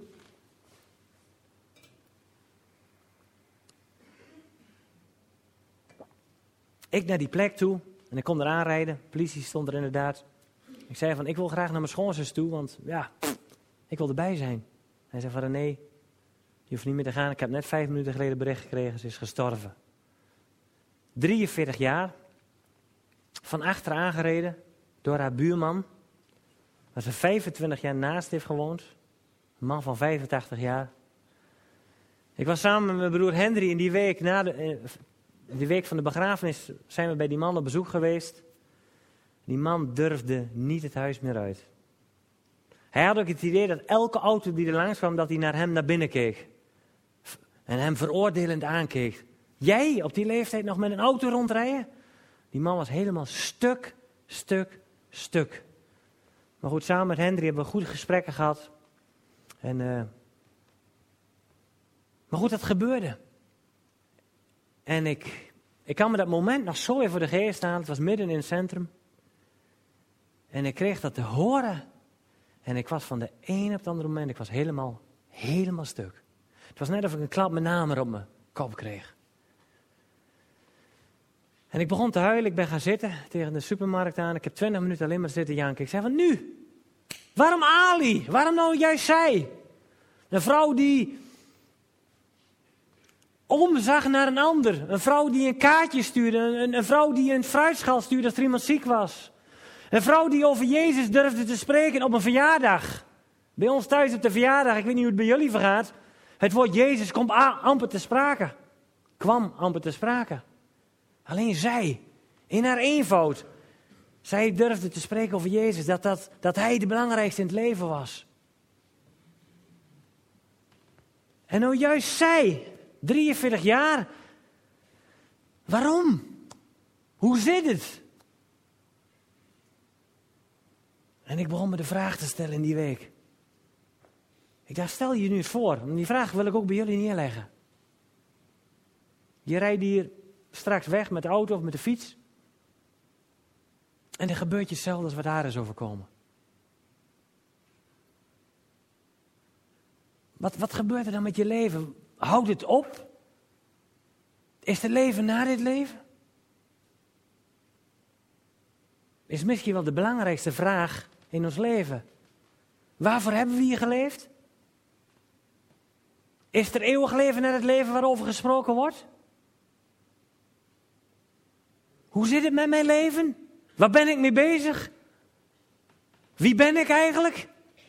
Ik naar die plek toe en ik kom eraan rijden. De politie stond er inderdaad. Ik zei van, ik wil graag naar mijn schoonzus toe, want ja, ik wil erbij zijn. Hij zei van, René, je hoeft niet meer te gaan. Ik heb net vijf minuten geleden bericht gekregen, ze is gestorven. drieënveertig jaar, van achter aangereden door haar buurman, waar ze vijfentwintig jaar naast heeft gewoond. Een man van vijfentachtig jaar. Ik was samen met mijn broer Henry in die week, na de, in die week van de begrafenis, zijn we bij die man op bezoek geweest. Die man durfde niet het huis meer uit. Hij had ook het idee dat elke auto die er langs kwam, dat hij naar hem naar binnen keek. En hem veroordelend aankeek. Jij op die leeftijd nog met een auto rondrijden? Die man was helemaal stuk, stuk, stuk. Maar goed, samen met Henry hebben we goede gesprekken gehad. En, uh... Maar goed, dat gebeurde. En ik, ik kan me dat moment nog zo even voor de geest halen. Het was midden in het centrum. En ik kreeg dat te horen. En ik was van de ene op het andere moment, ik was helemaal, helemaal stuk. Het was net of ik een klap met namer op mijn kop kreeg. En ik begon te huilen, ik ben gaan zitten tegen de supermarkt aan. Ik heb twintig minuten alleen maar zitten janken. Ik zei van, nu? Waarom Ali? Waarom nou juist zij? Een vrouw die omzag naar een ander. Een vrouw die een kaartje stuurde. Een, een vrouw die een fruitschaal stuurde als er iemand ziek was. Een vrouw die over Jezus durfde te spreken op een verjaardag. Bij ons thuis op de verjaardag, ik weet niet hoe het bij jullie vergaat. Het woord Jezus komt amper te sprake. Kwam amper te sprake. Alleen zij, in haar eenvoud, zij durfde te spreken over Jezus. Dat, dat, dat hij de belangrijkste in het leven was. En nou juist zij, drieënveertig jaar. Waarom? Hoe zit het? En ik begon me de vraag te stellen in die week. Ik dacht, stel je nu eens voor. En die vraag wil ik ook bij jullie neerleggen. Je rijdt hier straks weg met de auto of met de fiets. En er gebeurt je hetzelfde als wat daar is overkomen. Wat, wat gebeurt er dan met je leven? Houdt het op? Is er leven na dit leven? Is misschien wel de belangrijkste vraag in ons leven. Waarvoor hebben we hier geleefd? Is er eeuwig leven na het leven waarover gesproken wordt? Hoe zit het met mijn leven? Waar ben ik mee bezig? Wie ben ik eigenlijk?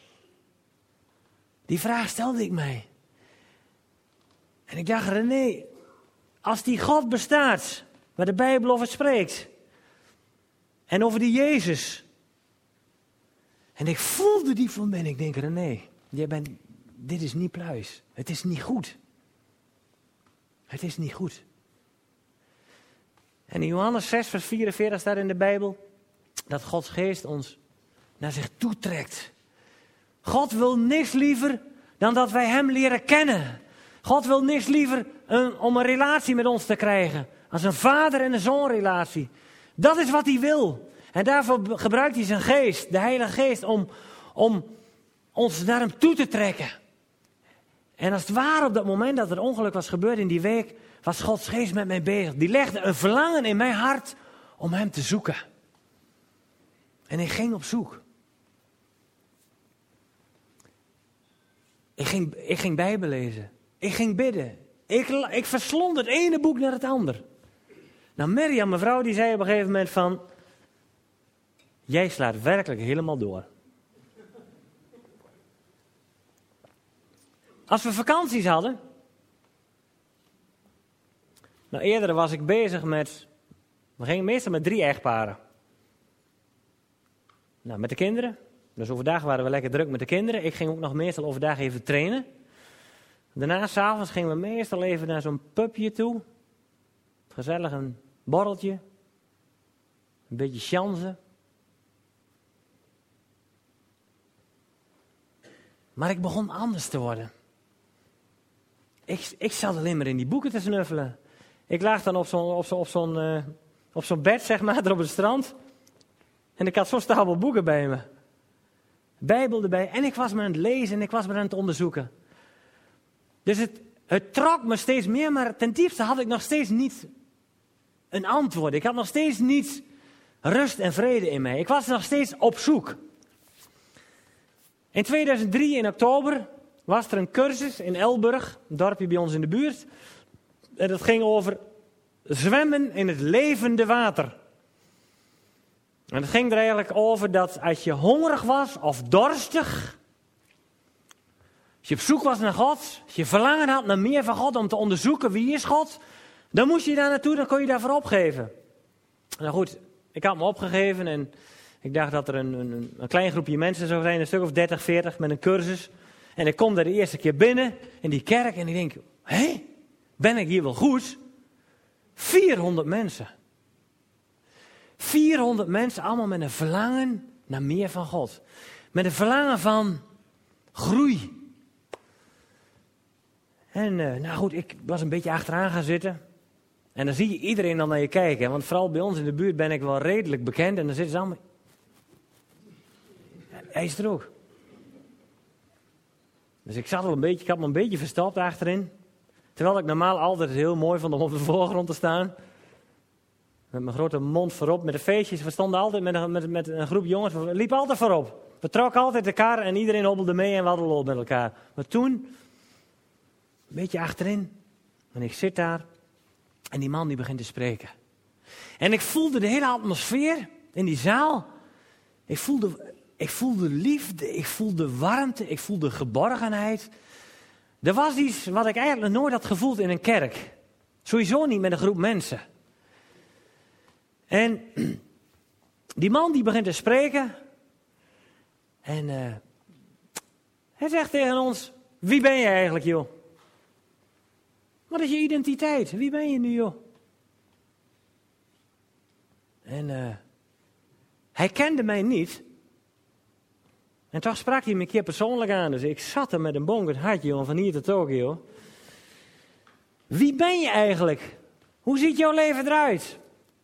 Die vraag stelde ik mij. En ik dacht, René, als die God bestaat, waar de Bijbel over spreekt, en over die Jezus. En ik voelde die van binnen. Ik denk, René, jij bent, dit is niet pluis. Het is niet goed. Het is niet goed. En in Johannes zes, vers vierenveertig staat in de Bijbel dat Gods geest ons naar zich toe trekt. God wil niks liever dan dat wij hem leren kennen. God wil niks liever een, om een relatie met ons te krijgen. Als een vader- en een zoonrelatie. Dat is wat hij wil. En daarvoor gebruikt hij zijn geest, de Heilige Geest, om, om ons naar hem toe te trekken. En als het ware op dat moment dat er ongeluk was gebeurd in die week, was Gods geest met mij bezig. Die legde een verlangen in mijn hart om hem te zoeken. En ik ging op zoek. Ik ging, ik ging Bijbel lezen. Ik ging bidden. Ik, ik verslond het ene boek naar het ander. Nou, Mirjam, mevrouw, die zei op een gegeven moment van, jij slaat werkelijk helemaal door. Als we vakanties hadden. Nou, eerder was ik bezig met, we gingen meestal met drie echtparen. Nou, met de kinderen. Dus overdag waren we lekker druk met de kinderen. Ik ging ook nog meestal overdag even trainen. Daarna, s'avonds, gingen we meestal even naar zo'n pubje toe. Gezellig een borreltje. Een beetje chansen. Maar ik begon anders te worden. Ik, ik zat alleen maar in die boeken te snuffelen. Ik lag dan op zo'n, op zo'n, op zo'n, uh, op zo'n bed, zeg maar, er op het strand. En ik had zo'n stapel boeken bij me. Bijbel erbij. En ik was maar aan het lezen en ik was maar aan het onderzoeken. Dus het, het trok me steeds meer, maar ten diepste had ik nog steeds niet een antwoord. Ik had nog steeds niet rust en vrede in mij. Ik was nog steeds op zoek. In tweeduizend drie, in oktober, was er een cursus in Elburg, een dorpje bij ons in de buurt. En dat ging over zwemmen in het levende water. En het ging er eigenlijk over dat als je hongerig was of dorstig, als je op zoek was naar God, als je verlangen had naar meer van God om te onderzoeken wie is God, dan moest je daar naartoe, dan kon je daarvoor opgeven. Nou goed, ik had me opgegeven en ik dacht dat er een, een, een klein groepje mensen zou zijn, een stuk of dertig, veertig met een cursus. En ik kom daar de eerste keer binnen in die kerk en ik denk, hé, ben ik hier wel goed? vierhonderd mensen. vierhonderd mensen, allemaal met een verlangen naar meer van God. Met een verlangen van groei. En uh, nou goed, ik was een beetje achteraan gaan zitten. En dan zie je iedereen dan naar je kijken. Want vooral bij ons in de buurt ben ik wel redelijk bekend. En dan zitten ze allemaal... Hij is er ook. Dus ik zat al een beetje, ik had me een beetje verstopt achterin. Terwijl ik normaal altijd heel mooi vond om op de voorgrond te staan. Met mijn grote mond voorop, met de feestjes. We stonden altijd met een, met, met een groep jongens, we liepen altijd voorop. We trokken altijd de kar en iedereen hobbelde mee en we hadden lol met elkaar. Maar toen, een beetje achterin, en ik zit daar en die man die begint te spreken. En ik voelde de hele atmosfeer in die zaal. Ik voelde, ik voelde liefde, ik voelde warmte, ik voelde geborgenheid. Er was iets wat ik eigenlijk nooit had gevoeld in een kerk. Sowieso niet met een groep mensen. En die man die begint te spreken. En uh, hij zegt tegen ons, wie ben je eigenlijk, joh? Wat is je identiteit? Wie ben je nu, joh? En uh, hij kende mij niet. En toch sprak hij me een keer persoonlijk aan. Dus ik zat er met een bonkend hart, jongen, van hier tot Tokio. Wie ben je eigenlijk? Hoe ziet jouw leven eruit?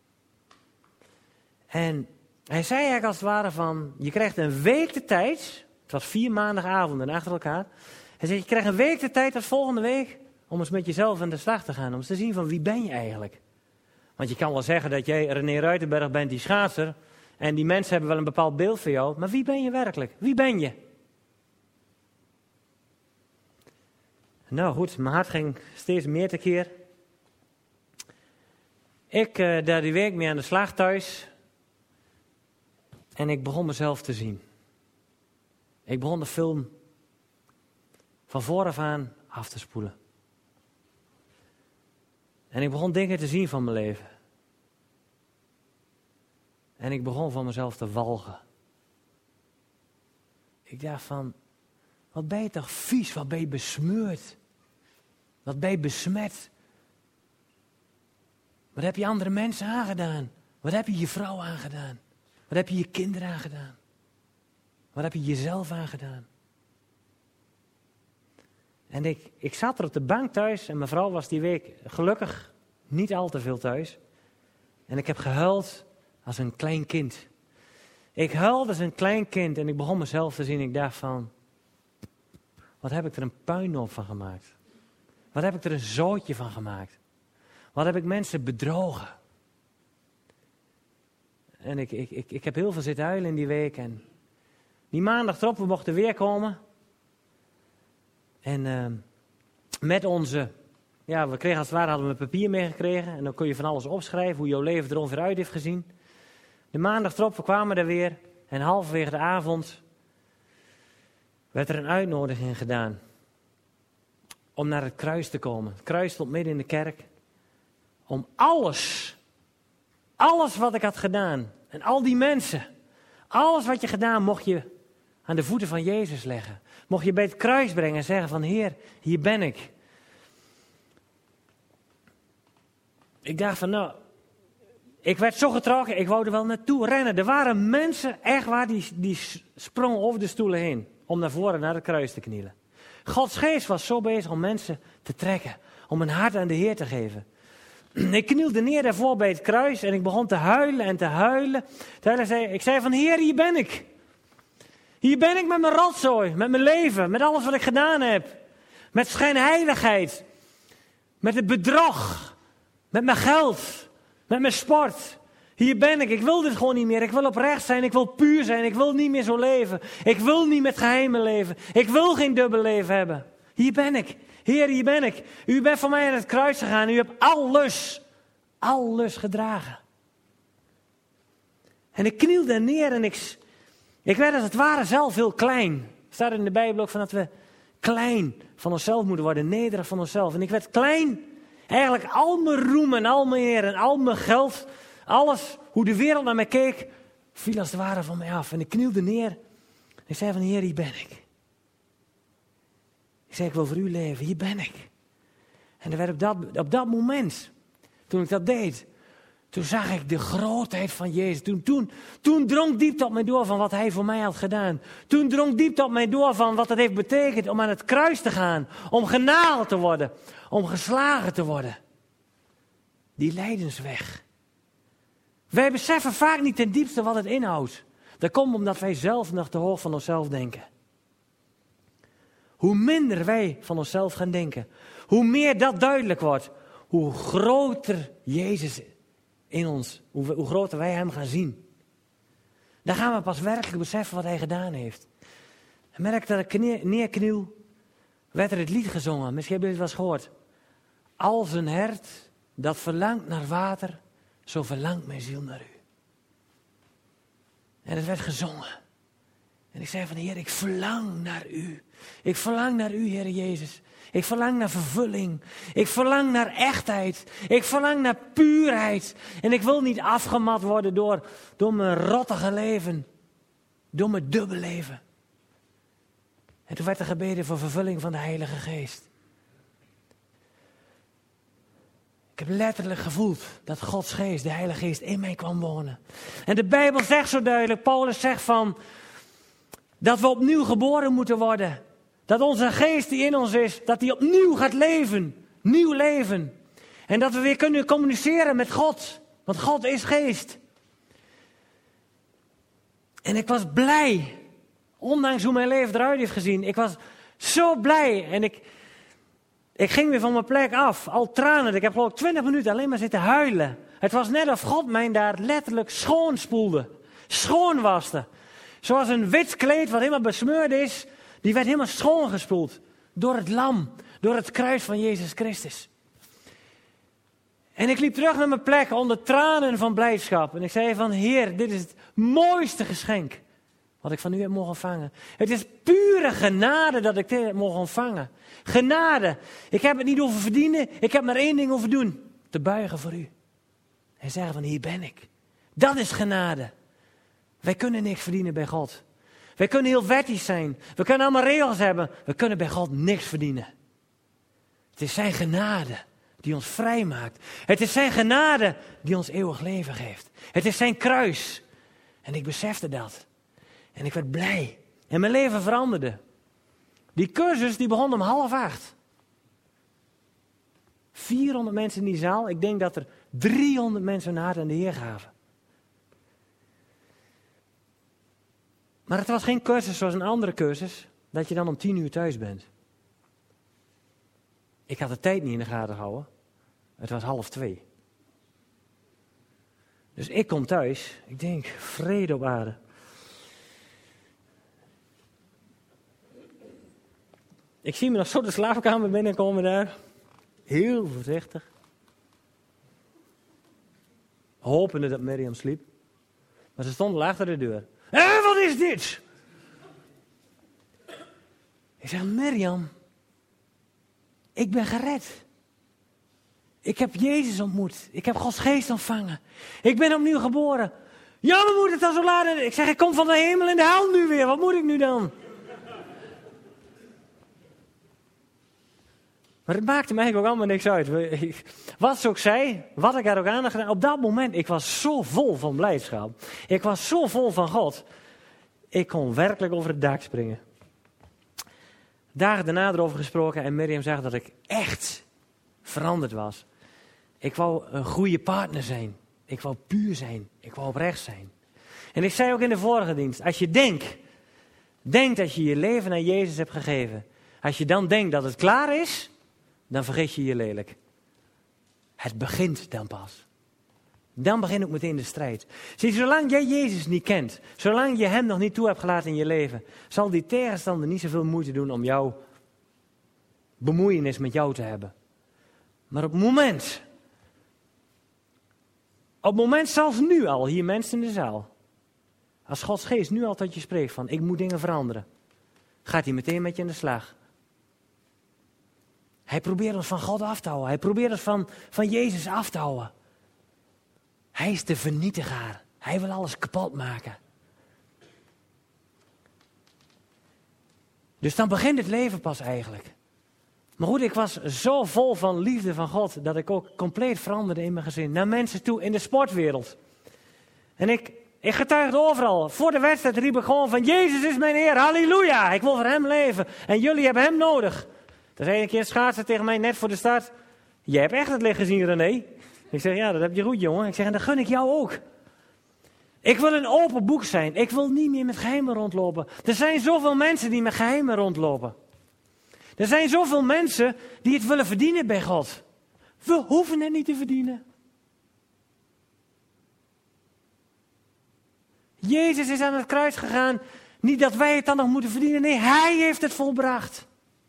En hij zei eigenlijk als het ware van, je krijgt een week de tijd. Het was vier maandagavonden achter elkaar. Hij zei, je krijgt een week de tijd tot volgende week om eens met jezelf aan de slag te gaan. Om eens te zien van, wie ben je eigenlijk? Want je kan wel zeggen dat jij René Ruitenberg bent, die schaatser. En die mensen hebben wel een bepaald beeld van jou. Maar wie ben je werkelijk? Wie ben je? Nou goed, mijn hart ging steeds meer tekeer. Ik uh, daar die week mee aan de slag thuis. En ik begon mezelf te zien. Ik begon de film van vooraf aan af te spoelen. En ik begon dingen te zien van mijn leven. En ik begon van mezelf te walgen. Ik dacht van, wat ben je toch vies, wat ben je besmeurd. Wat ben je besmet. Wat heb je andere mensen aangedaan? Wat heb je je vrouw aangedaan? Wat heb je je kinderen aangedaan? Wat heb je jezelf aangedaan? En ik, ik zat er op de bank thuis en mijn vrouw was die week gelukkig niet al te veel thuis. En ik heb gehuild als een klein kind. Ik huilde als een klein kind en ik begon mezelf te zien. Ik dacht van, wat heb ik er een puinhoop van gemaakt? Wat heb ik er een zootje van gemaakt? Wat heb ik mensen bedrogen? En ik, ik, ik, ik heb heel veel zitten huilen in die week. En die maandag erop, we mochten weer komen. En uh, met onze, ja, we kregen als het ware, hadden we een papier meegekregen. En dan kon je van alles opschrijven, hoe jouw leven er ongeveer uit heeft gezien. De maandag erop, we kwamen er weer. En halverwege de avond werd er een uitnodiging gedaan. Om naar het kruis te komen. Het kruis stond midden in de kerk. Om alles, alles wat ik had gedaan. En al die mensen. Alles wat je gedaan, mocht je aan de voeten van Jezus leggen. Mocht je bij het kruis brengen en zeggen van, Heer, hier ben ik. Ik dacht van, nou, ik werd zo getrokken, ik wou er wel naartoe rennen. Er waren mensen, echt waar, die, die sprongen over de stoelen heen. Om naar voren, naar het kruis te knielen. Gods geest was zo bezig om mensen te trekken. Om een hart aan de Heer te geven. Ik knielde neer daarvoor bij het kruis en ik begon te huilen en te huilen. Terwijl ik zei, ik zei van, Heer, hier ben ik. Hier ben ik met mijn rotzooi, met mijn leven, met alles wat ik gedaan heb. Met schijnheiligheid. Met het bedrog. Met mijn geld. Met mijn sport. Hier ben ik, ik wil dit gewoon niet meer. Ik wil oprecht zijn, ik wil puur zijn. Ik wil niet meer zo leven. Ik wil niet met geheimen leven. Ik wil geen dubbel leven hebben. Hier ben ik. Heer, hier ben ik. U bent voor mij aan het kruis gegaan. U hebt alles, alles gedragen. En ik knielde neer en ik, ik werd als het ware zelf heel klein. Er staat in de Bijbel ook van dat we klein van onszelf moeten worden. Nederig van onszelf. En ik werd klein. Eigenlijk al mijn roem en al mijn eer en al mijn geld. Alles, hoe de wereld naar mij keek, viel als het ware van mij af. En ik knielde neer. En ik zei van, Heer, hier ben ik. Ik zei, ik wil voor u leven, hier ben ik. En er werd op dat, op dat moment, toen ik dat deed, toen zag ik de grootheid van Jezus. Toen, toen, toen drong diep tot mij door van wat hij voor mij had gedaan. Toen drong diep tot mij door van wat het heeft betekend om aan het kruis te gaan. Om genageld te worden. Om geslagen te worden. Die lijdensweg. Wij beseffen vaak niet ten diepste wat het inhoudt. Dat komt omdat wij zelf nog te hoog van onszelf denken. Hoe minder wij van onszelf gaan denken, hoe meer dat duidelijk wordt, hoe groter Jezus in ons, hoe, hoe groter wij hem gaan zien. Dan gaan we pas werkelijk beseffen wat hij gedaan heeft. En merk dat ik neer, neerkniel, werd er het lied gezongen. Misschien hebben jullie het wel eens gehoord. Als een hert dat verlangt naar water, zo verlangt mijn ziel naar u. En het werd gezongen. En ik zei van, Heer, ik verlang naar u. Ik verlang naar u, Heer Jezus. Ik verlang naar vervulling. Ik verlang naar echtheid. Ik verlang naar puurheid. En ik wil niet afgemat worden door, door mijn rottige leven. Door mijn dubbel leven. En toen werd er gebeden voor vervulling van de Heilige Geest. Ik heb letterlijk gevoeld dat Gods Geest, de Heilige Geest, in mij kwam wonen. En de Bijbel zegt zo duidelijk, Paulus zegt van, Dat we opnieuw geboren moeten worden. Dat onze geest die in ons is, dat die opnieuw gaat leven. Nieuw leven. En dat we weer kunnen communiceren met God. Want God is geest. En ik was blij. Ondanks hoe mijn leven eruit heeft gezien. Ik was zo blij. En ik, ik ging weer van mijn plek af. Al tranend. Ik heb geloof ik twintig minuten alleen maar zitten huilen. Het was net of God mij daar letterlijk schoonspoelde. Schoonwaste. Zoals een wit kleed wat helemaal besmeurd is. Die werd helemaal schoongespoeld. Door het lam. Door het kruis van Jezus Christus. En ik liep terug naar mijn plek onder tranen van blijdschap. En ik zei van Heer, dit is het mooiste geschenk. Wat ik van u heb mogen ontvangen. Het is pure genade dat ik dit heb mogen ontvangen. Genade. Ik heb het niet hoeven verdienen. Ik heb maar één ding hoeven doen. Te buigen voor u. En zeggen van hier ben ik. Dat is genade. Wij kunnen niks verdienen bij God. Wij kunnen heel wettisch zijn. We kunnen allemaal regels hebben. We kunnen bij God niks verdienen. Het is zijn genade die ons vrij maakt. Het is zijn genade die ons eeuwig leven geeft. Het is zijn kruis. En ik besefte dat. En ik werd blij. En mijn leven veranderde. Die cursus die begon om half acht. vierhonderd mensen in die zaal. Ik denk dat er driehonderd mensen hun hart aan de Heer gaven. Maar het was geen cursus zoals een andere cursus. Dat je dan om tien uur thuis bent. Ik had de tijd niet in de gaten gehouden. Het was half twee. Dus ik kom thuis. Ik denk, vrede op aarde. Ik zie me nog zo de slaapkamer binnenkomen daar. Heel voorzichtig. Hopende dat Mirjam sliep. Maar ze stond al achter de deur. Hé, wat is dit? Ik zeg, Mirjam, ik ben gered. Ik heb Jezus ontmoet. Ik heb Gods geest ontvangen. Ik ben opnieuw geboren. Ja, maar moet het dan zo laat? Ik zeg, ik kom van de hemel in de hel nu weer. Wat moet ik nu dan? Maar het maakte mij ook allemaal niks uit. Wat ze ook zei, wat ik er ook aan had gedaan. Op dat moment, ik was zo vol van blijdschap. Ik was zo vol van God. Ik kon werkelijk over het dak springen. Dagen daarna erover gesproken en Mirjam zag dat ik echt veranderd was. Ik wou een goede partner zijn. Ik wou puur zijn. Ik wou oprecht zijn. En ik zei ook in de vorige dienst, als je denkt, denkt dat je je leven aan Jezus hebt gegeven. Als je dan denkt dat het klaar is, dan vergeet je je lelijk. Het begint dan pas. Dan begint ook meteen de strijd. Zie, zolang jij Jezus niet kent, zolang je hem nog niet toe hebt gelaten in je leven, zal die tegenstander niet zoveel moeite doen om jouw bemoeienis met jou te hebben. Maar op het moment, op het moment zelfs nu al, hier mensen in de zaal, als Gods geest nu al tot je spreekt van ik moet dingen veranderen, gaat hij meteen met je aan de slag. Hij probeert ons van God af te houden. Hij probeert ons van, van Jezus af te houden. Hij is de vernietiger. Hij wil alles kapot maken. Dus dan begint het leven pas eigenlijk. Maar goed, ik was zo vol van liefde van God, dat ik ook compleet veranderde in mijn gezin. Naar mensen toe in de sportwereld. En ik, ik getuigde overal. Voor de wedstrijd riep ik gewoon van Jezus is mijn Heer. Halleluja. Ik wil voor hem leven. En jullie hebben hem nodig. Er zei een keer een schaatser tegen mij net voor de start. Jij hebt echt het licht gezien, René. Ik zeg, ja, dat heb je goed, jongen. Ik zeg, en dat gun ik jou ook. Ik wil een open boek zijn. Ik wil niet meer met geheimen rondlopen. Er zijn zoveel mensen die met geheimen rondlopen. Er zijn zoveel mensen die het willen verdienen bij God. We hoeven het niet te verdienen. Jezus is aan het kruis gegaan. Niet dat wij het dan nog moeten verdienen. Nee, hij heeft het volbracht.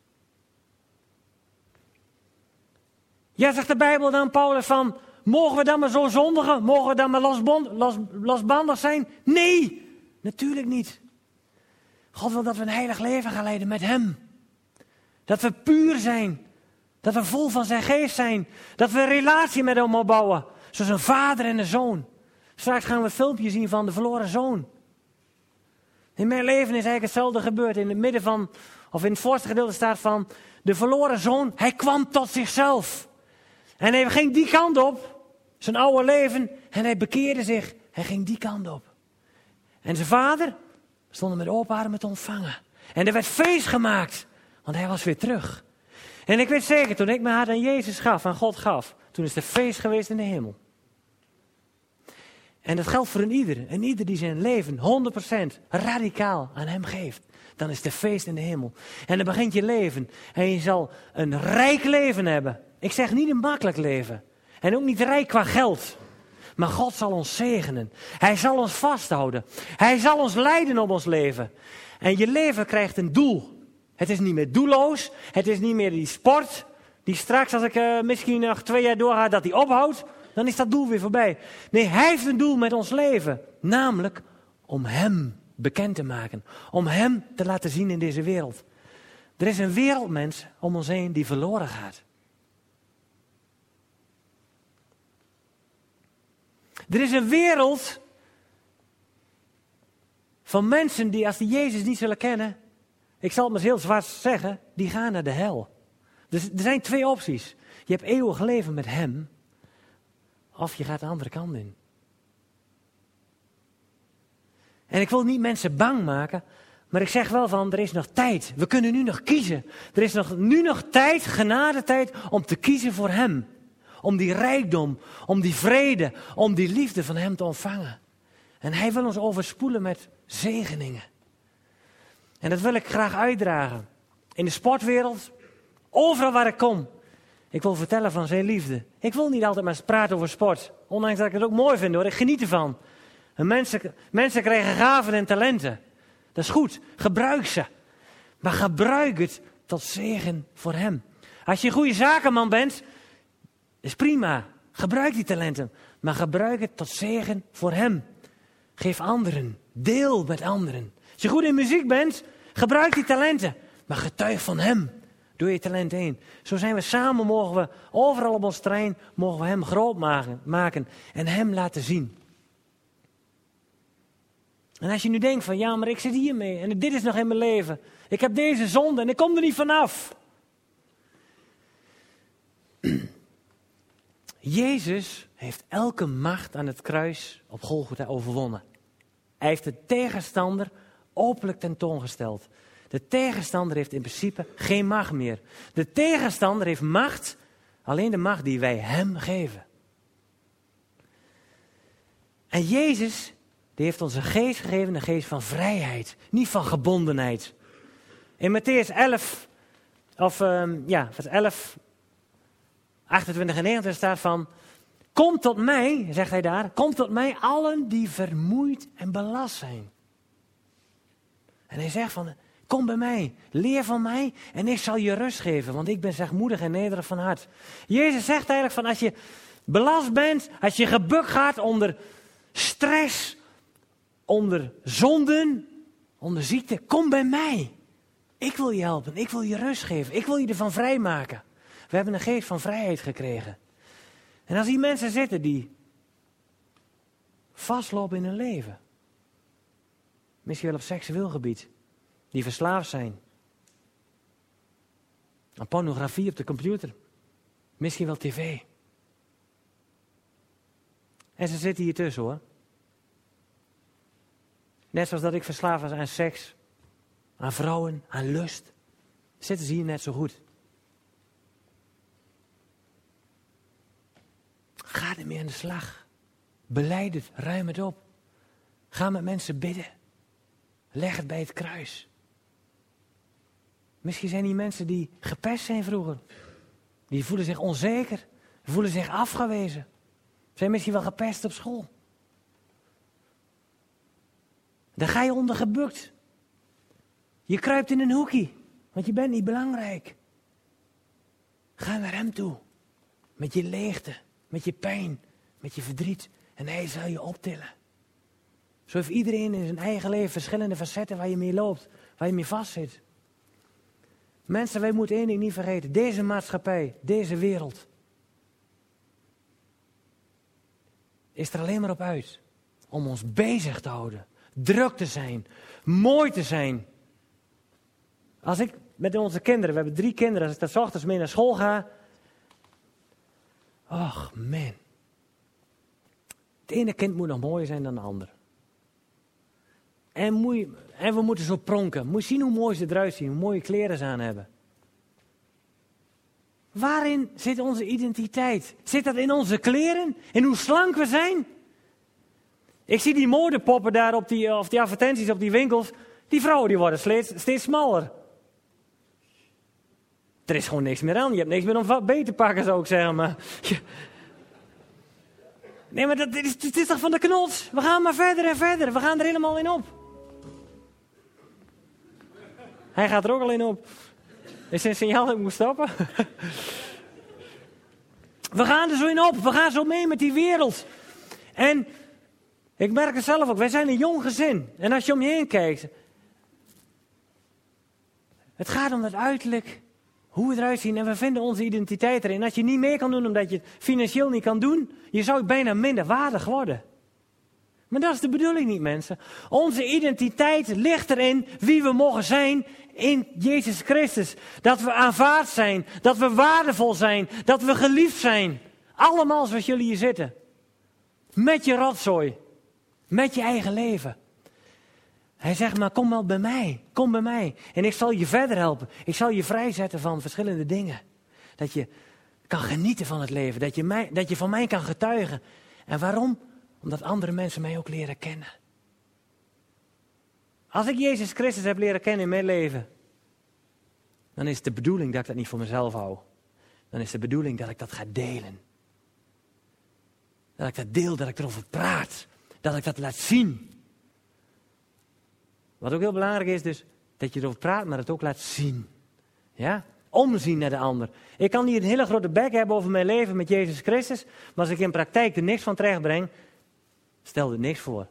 Ja, zegt de Bijbel dan, Paulus, van, mogen we dan maar zo zondigen? Mogen we dan maar losbond, los, losbandig zijn? Nee, natuurlijk niet. God wil dat we een heilig leven gaan leiden met hem. Dat we puur zijn. Dat we vol van zijn geest zijn. Dat we een relatie met hem opbouwen. Zoals een vader en een zoon. Straks gaan we een filmpje zien van de verloren zoon. In mijn leven is eigenlijk hetzelfde gebeurd. In het midden van, of in het voorste gedeelte staat van, de verloren zoon, hij kwam tot zichzelf. En hij ging die kant op, zijn oude leven, en hij bekeerde zich. Hij ging die kant op. En zijn vader, We stonden met open armen te ontvangen. En er werd feest gemaakt, want hij was weer terug. En ik weet zeker, toen ik mijn hart aan Jezus gaf, aan God gaf, toen is er feest geweest in de hemel. En dat geldt voor een ieder. En ieder die zijn leven honderd procent radicaal aan hem geeft. Dan is er feest in de hemel. En dan begint je leven. En je zal een rijk leven hebben. Ik zeg niet een makkelijk leven. En ook niet rijk qua geld. Maar God zal ons zegenen. Hij zal ons vasthouden. Hij zal ons leiden op ons leven. En je leven krijgt een doel. Het is niet meer doelloos. Het is niet meer die sport. Die straks, als ik uh, misschien nog twee jaar doorga, dat die ophoudt. Dan is dat doel weer voorbij. Nee, hij heeft een doel met ons leven. Namelijk om hem bekend te maken. Om hem te laten zien in deze wereld. Er is een wereldmens om ons heen die verloren gaat. Er is een wereld van mensen die als die Jezus niet zullen kennen, ik zal het maar heel zwart zeggen, die gaan naar de hel. Dus er zijn twee opties. Je hebt eeuwig leven met hem, of je gaat de andere kant in. En ik wil niet mensen bang maken, maar ik zeg wel van, er is nog tijd. We kunnen nu nog kiezen. Er is nog, nu nog tijd, genadetijd, om te kiezen voor hem. Om die rijkdom, om die vrede, om die liefde van hem te ontvangen. En hij wil ons overspoelen met zegeningen. En dat wil ik graag uitdragen. In de sportwereld, overal waar ik kom. Ik wil vertellen van zijn liefde. Ik wil niet altijd maar praten over sport. Ondanks dat ik het ook mooi vind hoor, ik geniet ervan. En mensen, mensen krijgen gaven en talenten. Dat is goed, gebruik ze. Maar gebruik het tot zegen voor hem. Als je een goede zakenman bent, is prima. Gebruik die talenten. Maar gebruik het tot zegen voor hem. Geef anderen. Deel met anderen. Als je goed in muziek bent, gebruik die talenten. Maar getuig van hem. Door je talent heen. Zo zijn we samen, mogen we overal op ons terrein, mogen we hem groot maken, maken. En hem laten zien. En als je nu denkt van, ja, maar ik zit hiermee. En dit is nog in mijn leven. Ik heb deze zonde en ik kom er niet vanaf. Jezus heeft elke macht aan het kruis op Golgotha overwonnen. Hij heeft de tegenstander openlijk tentoongesteld. De tegenstander heeft in principe geen macht meer. De tegenstander heeft macht, alleen de macht die wij hem geven. En Jezus, die heeft ons een geest gegeven, een geest van vrijheid, niet van gebondenheid. In Mattheüs elf, of um, ja, vers elf, achtentwintig en negenentwintig staat van, kom tot mij, zegt hij daar, kom tot mij allen die vermoeid en belast zijn. En hij zegt van, kom bij mij, leer van mij en ik zal je rust geven, want ik ben zachtmoedig en nederig van hart. Jezus zegt eigenlijk van, als je belast bent, als je gebukt gaat onder stress, onder zonden, onder ziekte, kom bij mij. Ik wil je helpen, ik wil je rust geven, ik wil je ervan vrijmaken. We hebben een geest van vrijheid gekregen. En als die mensen zitten die vastlopen in hun leven, misschien wel op seksueel gebied, die verslaafd zijn aan pornografie op de computer, misschien wel tv. En ze zitten hier tussen hoor. Net zoals dat ik verslaafd was aan seks, aan vrouwen, aan lust, zitten ze hier net zo goed. Ga ermee aan de slag. Belijd het, ruim het op. Ga met mensen bidden. Leg het bij het kruis. Misschien zijn die mensen die gepest zijn vroeger. Die voelen zich onzeker. Voelen zich afgewezen. Zijn misschien wel gepest op school. Dan ga je onder gebukt. Je kruipt in een hoekje. Want je bent niet belangrijk. Ga naar hem toe. Met je leegte. Met je pijn. Met je verdriet. En hij zal je optillen. Zo heeft iedereen in zijn eigen leven verschillende facetten waar je mee loopt. Waar je mee vastzit. Mensen, wij moeten één ding niet vergeten. Deze maatschappij, deze wereld, is er alleen maar op uit om ons bezig te houden. Druk te zijn. Mooi te zijn. Als ik met onze kinderen, we hebben drie kinderen, als ik daar 's ochtends mee naar school ga. Och man. Het ene kind moet nog mooier zijn dan de ander. En, moet, en we moeten zo pronken. Moet je zien hoe mooi ze eruit zien, hoe mooie kleren ze aan hebben. Waarin zit onze identiteit? Zit dat in onze kleren? In hoe slank we zijn? Ik zie die modepoppen daar op die, of die advertenties op die winkels. Die vrouwen die worden steeds, steeds smaller. Er is gewoon niks meer aan. Je hebt niks meer om beter te pakken, zou ik zeggen. Maar nee, maar dat is, het is toch van de knots? We gaan maar verder en verder. We gaan er helemaal in op. Hij gaat er ook al in op. Is het een signaal dat ik moet stoppen? We gaan er zo in op. We gaan zo mee met die wereld. En ik merk het zelf ook. Wij zijn een jong gezin. En als je om je heen kijkt. Het gaat om het uiterlijk. Hoe we eruit zien. En we vinden onze identiteit erin. Als je niet mee kan doen omdat je het financieel niet kan doen. Je zou bijna minder waardig worden. Maar dat is de bedoeling niet, mensen. Onze identiteit ligt erin wie we mogen zijn in Jezus Christus. Dat we aanvaard zijn. Dat we waardevol zijn. Dat we geliefd zijn. Allemaal zoals jullie hier zitten. Met je rotzooi. Met je eigen leven. Hij zegt maar kom wel bij mij. Kom bij mij. En ik zal je verder helpen. Ik zal je vrijzetten van verschillende dingen. Dat je kan genieten van het leven. Dat je, mij, dat je van mij kan getuigen. En waarom? Omdat andere mensen mij ook leren kennen. Als ik Jezus Christus heb leren kennen in mijn leven. Dan is het de bedoeling dat ik dat niet voor mezelf hou. Dan is de bedoeling dat ik dat ga delen. Dat ik dat deel, dat ik erover praat. Dat ik dat laat zien. Wat ook heel belangrijk is dus, dat je erover praat, maar het ook laat zien. Ja? Omzien naar de ander. Ik kan hier een hele grote bek hebben over mijn leven met Jezus Christus. Maar als ik in praktijk er niks van terechtbreng, stel er niks voor.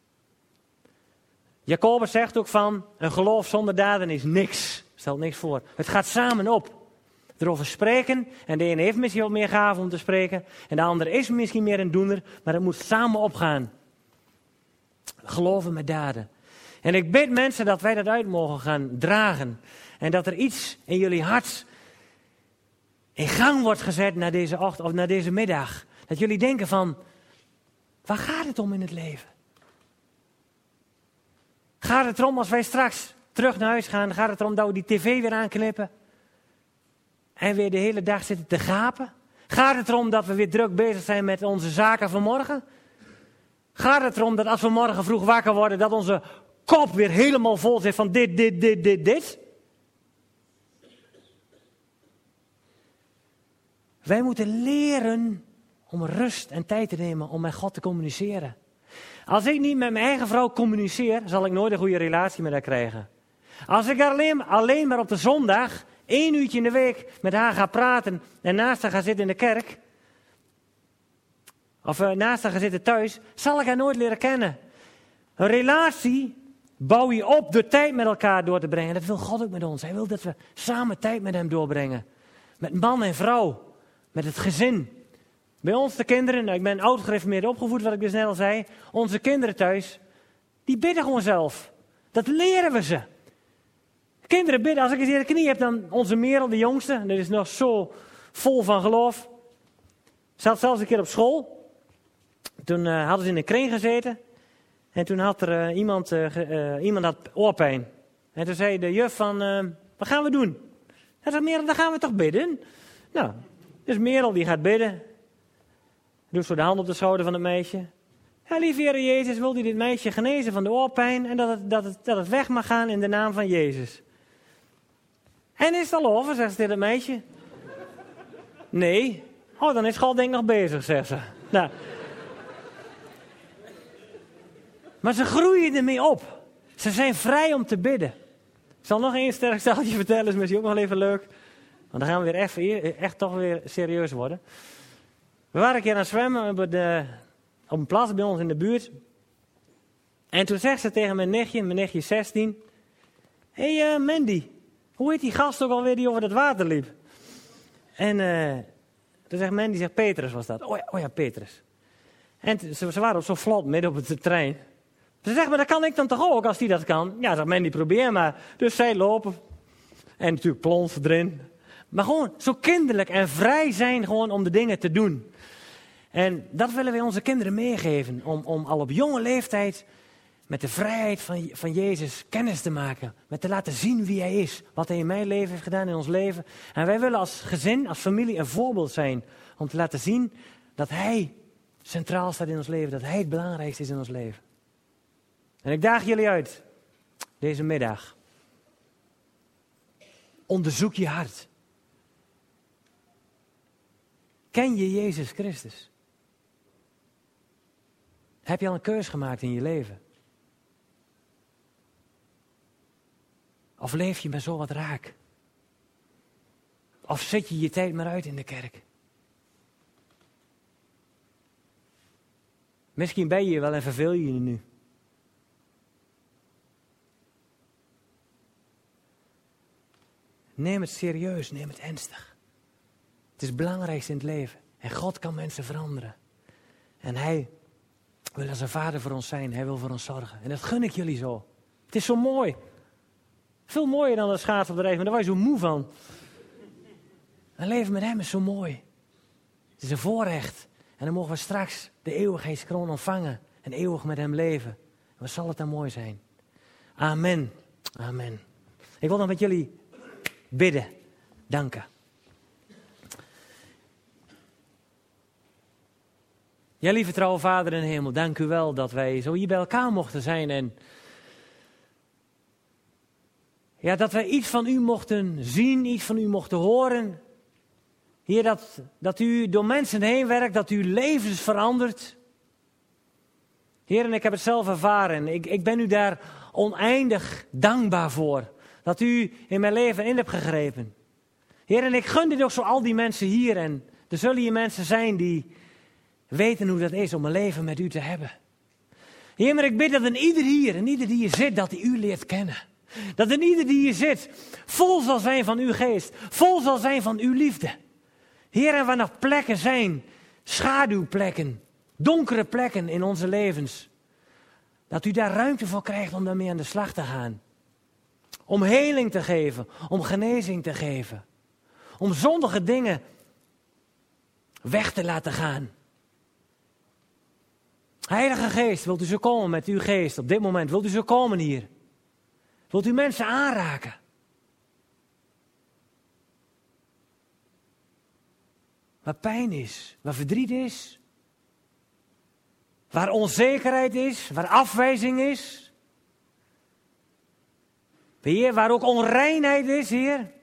Jacobus zegt ook van, een geloof zonder daden is niks. Stelt niks voor. Het gaat samen op. Erover spreken. En de ene heeft misschien wat meer gave om te spreken. En de andere is misschien meer een doener. Maar het moet samen opgaan. Geloven met daden. En ik bid mensen dat wij dat uit mogen gaan dragen. En dat er iets in jullie hart in gang wordt gezet naar deze ochtend of naar deze middag. Dat jullie denken van, waar gaat het om in het leven? Gaat het erom als wij straks terug naar huis gaan? Gaat het erom dat we die tv weer aanknippen? En weer de hele dag zitten te gapen? Gaat het erom dat we weer druk bezig zijn met onze zaken van morgen? Gaat het erom dat als we morgen vroeg wakker worden, dat onze kop weer helemaal vol zit van dit, dit, dit, dit, dit? Wij moeten leren om rust en tijd te nemen om met God te communiceren. Als ik niet met mijn eigen vrouw communiceer, zal ik nooit een goede relatie met haar krijgen. Als ik alleen, alleen maar op de zondag, één uurtje in de week met haar ga praten en naast haar ga zitten in de kerk, of uh, naast haar ga zitten thuis, zal ik haar nooit leren kennen. Een relatie bouw je op door tijd met elkaar door te brengen. Dat wil God ook met ons. Hij wil dat we samen tijd met hem doorbrengen. Met man en vrouw. Met het gezin. Bij ons de kinderen, nou, ik ben oud gereformeerd opgevoed, wat ik dus net al zei. Onze kinderen thuis, die bidden gewoon zelf. Dat leren we ze. Kinderen bidden, als ik eens in de knie heb, dan onze Merel, de jongste. En dat is nog zo vol van geloof. Zat zelfs een keer op school. Toen uh, hadden ze in een kring gezeten. En toen had er uh, iemand, uh, uh, iemand had oorpijn. En toen zei de juf van, uh, wat gaan we doen? Hij zei, Merel, dan gaan we toch bidden? Nou, dus Merel die gaat bidden. Doet zo de hand op de schouder van het meisje. Ja, lieve Heer Jezus, wil u dit meisje genezen van de oorpijn en dat het, dat, het, dat het weg mag gaan in de naam van Jezus. En is het al over, zegt ze tegen het meisje. Nee. Oh, dan is God denk ik nog bezig, zegt ze. Nou. Maar ze groeien ermee op. Ze zijn vrij om te bidden. Ik zal nog één sterk staaltje vertellen, is misschien ook nog even leuk. Want dan gaan we weer echt, echt toch weer serieus worden. We waren een keer aan het zwemmen op, de, op een plas bij ons in de buurt. En toen zegt ze tegen mijn nichtje, mijn nichtje is zestien. Hé hey, uh, Mandy, hoe heet die gast ook alweer die over het water liep? En uh, toen zegt Mandy, zegt Petrus was dat. Oh ja, oh ja Petrus. En t- ze, ze waren op zo'n vlot midden op het trein. Ze zegt, maar dat kan ik dan toch ook als die dat kan? Ja, zegt Mandy, probeer maar. Dus zij lopen. En natuurlijk plons erin. Maar gewoon zo kinderlijk en vrij zijn gewoon om de dingen te doen. En dat willen wij onze kinderen meegeven. Om, om al op jonge leeftijd met de vrijheid van, van Jezus kennis te maken. Met te laten zien wie hij is. Wat hij in mijn leven heeft gedaan, in ons leven. En wij willen als gezin, als familie een voorbeeld zijn. Om te laten zien dat hij centraal staat in ons leven. Dat hij het belangrijkste is in ons leven. En ik daag jullie uit. Deze middag. Onderzoek je hart. Ken je Jezus Christus? Heb je al een keus gemaakt in je leven? Of leef je met zo wat raak? Of zit je je tijd maar uit in de kerk? Misschien ben je hier wel en verveel je je nu. Neem het serieus, neem het ernstig. Het is het belangrijkste in het leven. En God kan mensen veranderen. En hij wil als een vader voor ons zijn. Hij wil voor ons zorgen. En dat gun ik jullie zo. Het is zo mooi. Veel mooier dan dat schaatsen op de reis, maar daar word je zo moe van. Een leven met hem is zo mooi. Het is een voorrecht. En dan mogen we straks de eeuwigheidskroon ontvangen. En eeuwig met hem leven. En wat zal het dan mooi zijn. Amen. Amen. Ik wil nog met jullie bidden. Danken. Ja, lieve trouwe Vader in de hemel, dank u wel dat wij zo hier bij elkaar mochten zijn. En ja, dat wij iets van u mochten zien, iets van u mochten horen. Heer, dat, dat u door mensen heen werkt, dat u levens verandert. Heer, en ik heb het zelf ervaren. Ik, ik ben u daar oneindig dankbaar voor. Dat u in mijn leven in hebt gegrepen. Heer, en ik gun dit ook zo al die mensen hier. En er zullen hier mensen zijn die weten hoe dat is om een leven met u te hebben. Heer, maar ik bid dat in ieder hier, en ieder die hier zit, dat hij u leert kennen. Dat in ieder die hier zit, vol zal zijn van uw geest. Vol zal zijn van uw liefde. Heer, en waar nog plekken zijn, schaduwplekken, donkere plekken in onze levens. Dat u daar ruimte voor krijgt om daarmee aan de slag te gaan. Om heling te geven, om genezing te geven. Om zondige dingen weg te laten gaan. Heilige Geest, wilt u zo komen met uw geest op dit moment? Wilt u zo komen hier? Wilt u mensen aanraken? Waar pijn is, waar verdriet is. Waar onzekerheid is, waar afwijzing is. Heer, waar ook onreinheid is, Heer.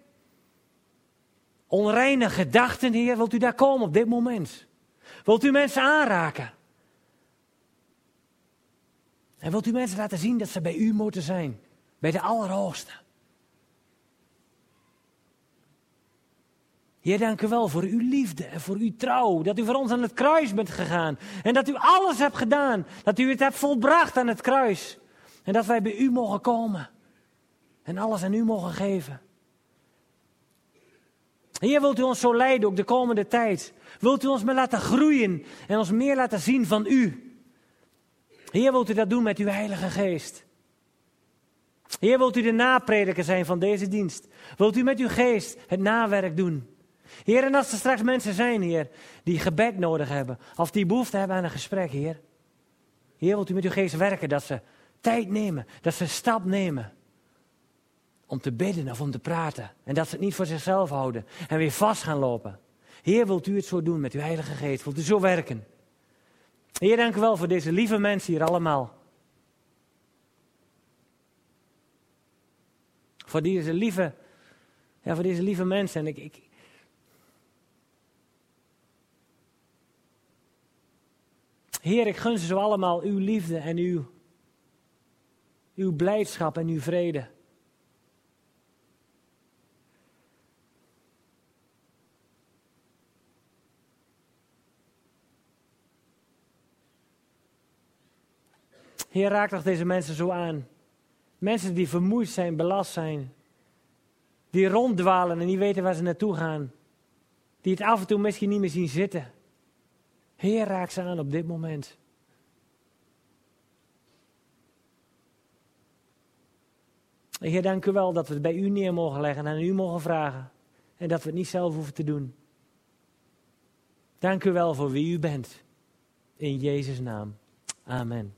Onreine gedachten, Heer, wilt u daar komen op dit moment? Wilt u mensen aanraken? En wilt u mensen laten zien dat ze bij u moeten zijn? Bij de Allerhoogste. Heer, dank u wel voor uw liefde en voor uw trouw. Dat u voor ons aan het kruis bent gegaan. En dat u alles hebt gedaan. Dat u het hebt volbracht aan het kruis. En dat wij bij u mogen komen. En alles aan u mogen geven. Heer, wilt u ons zo leiden ook de komende tijd? Wilt u ons meer laten groeien en ons meer laten zien van u? Heer, wilt u dat doen met uw Heilige Geest? Heer, wilt u de naprediker zijn van deze dienst? Wilt u met uw geest het nawerk doen? Heer, en als er straks mensen zijn, Heer, die gebed nodig hebben, of die behoefte hebben aan een gesprek, Heer. Heer, wilt u met uw geest werken, dat ze tijd nemen, dat ze een stap nemen. Om te bidden of om te praten. En dat ze het niet voor zichzelf houden en weer vast gaan lopen. Heer, wilt u het zo doen met uw Heilige Geest? Wilt u zo werken? Heer, dank u wel voor deze lieve mensen hier allemaal. Voor deze lieve, ja, voor deze lieve mensen. En ik, ik, Heer, ik gun ze zo allemaal uw liefde en uw, uw blijdschap en uw vrede. Heer, raak toch deze mensen zo aan. Mensen die vermoeid zijn, belast zijn. Die ronddwalen en niet weten waar ze naartoe gaan. Die het af en toe misschien niet meer zien zitten. Heer, raak ze aan op dit moment. Heer, dank u wel dat we het bij u neer mogen leggen en aan u mogen vragen. En dat we het niet zelf hoeven te doen. Dank u wel voor wie u bent. In Jezus' naam. Amen.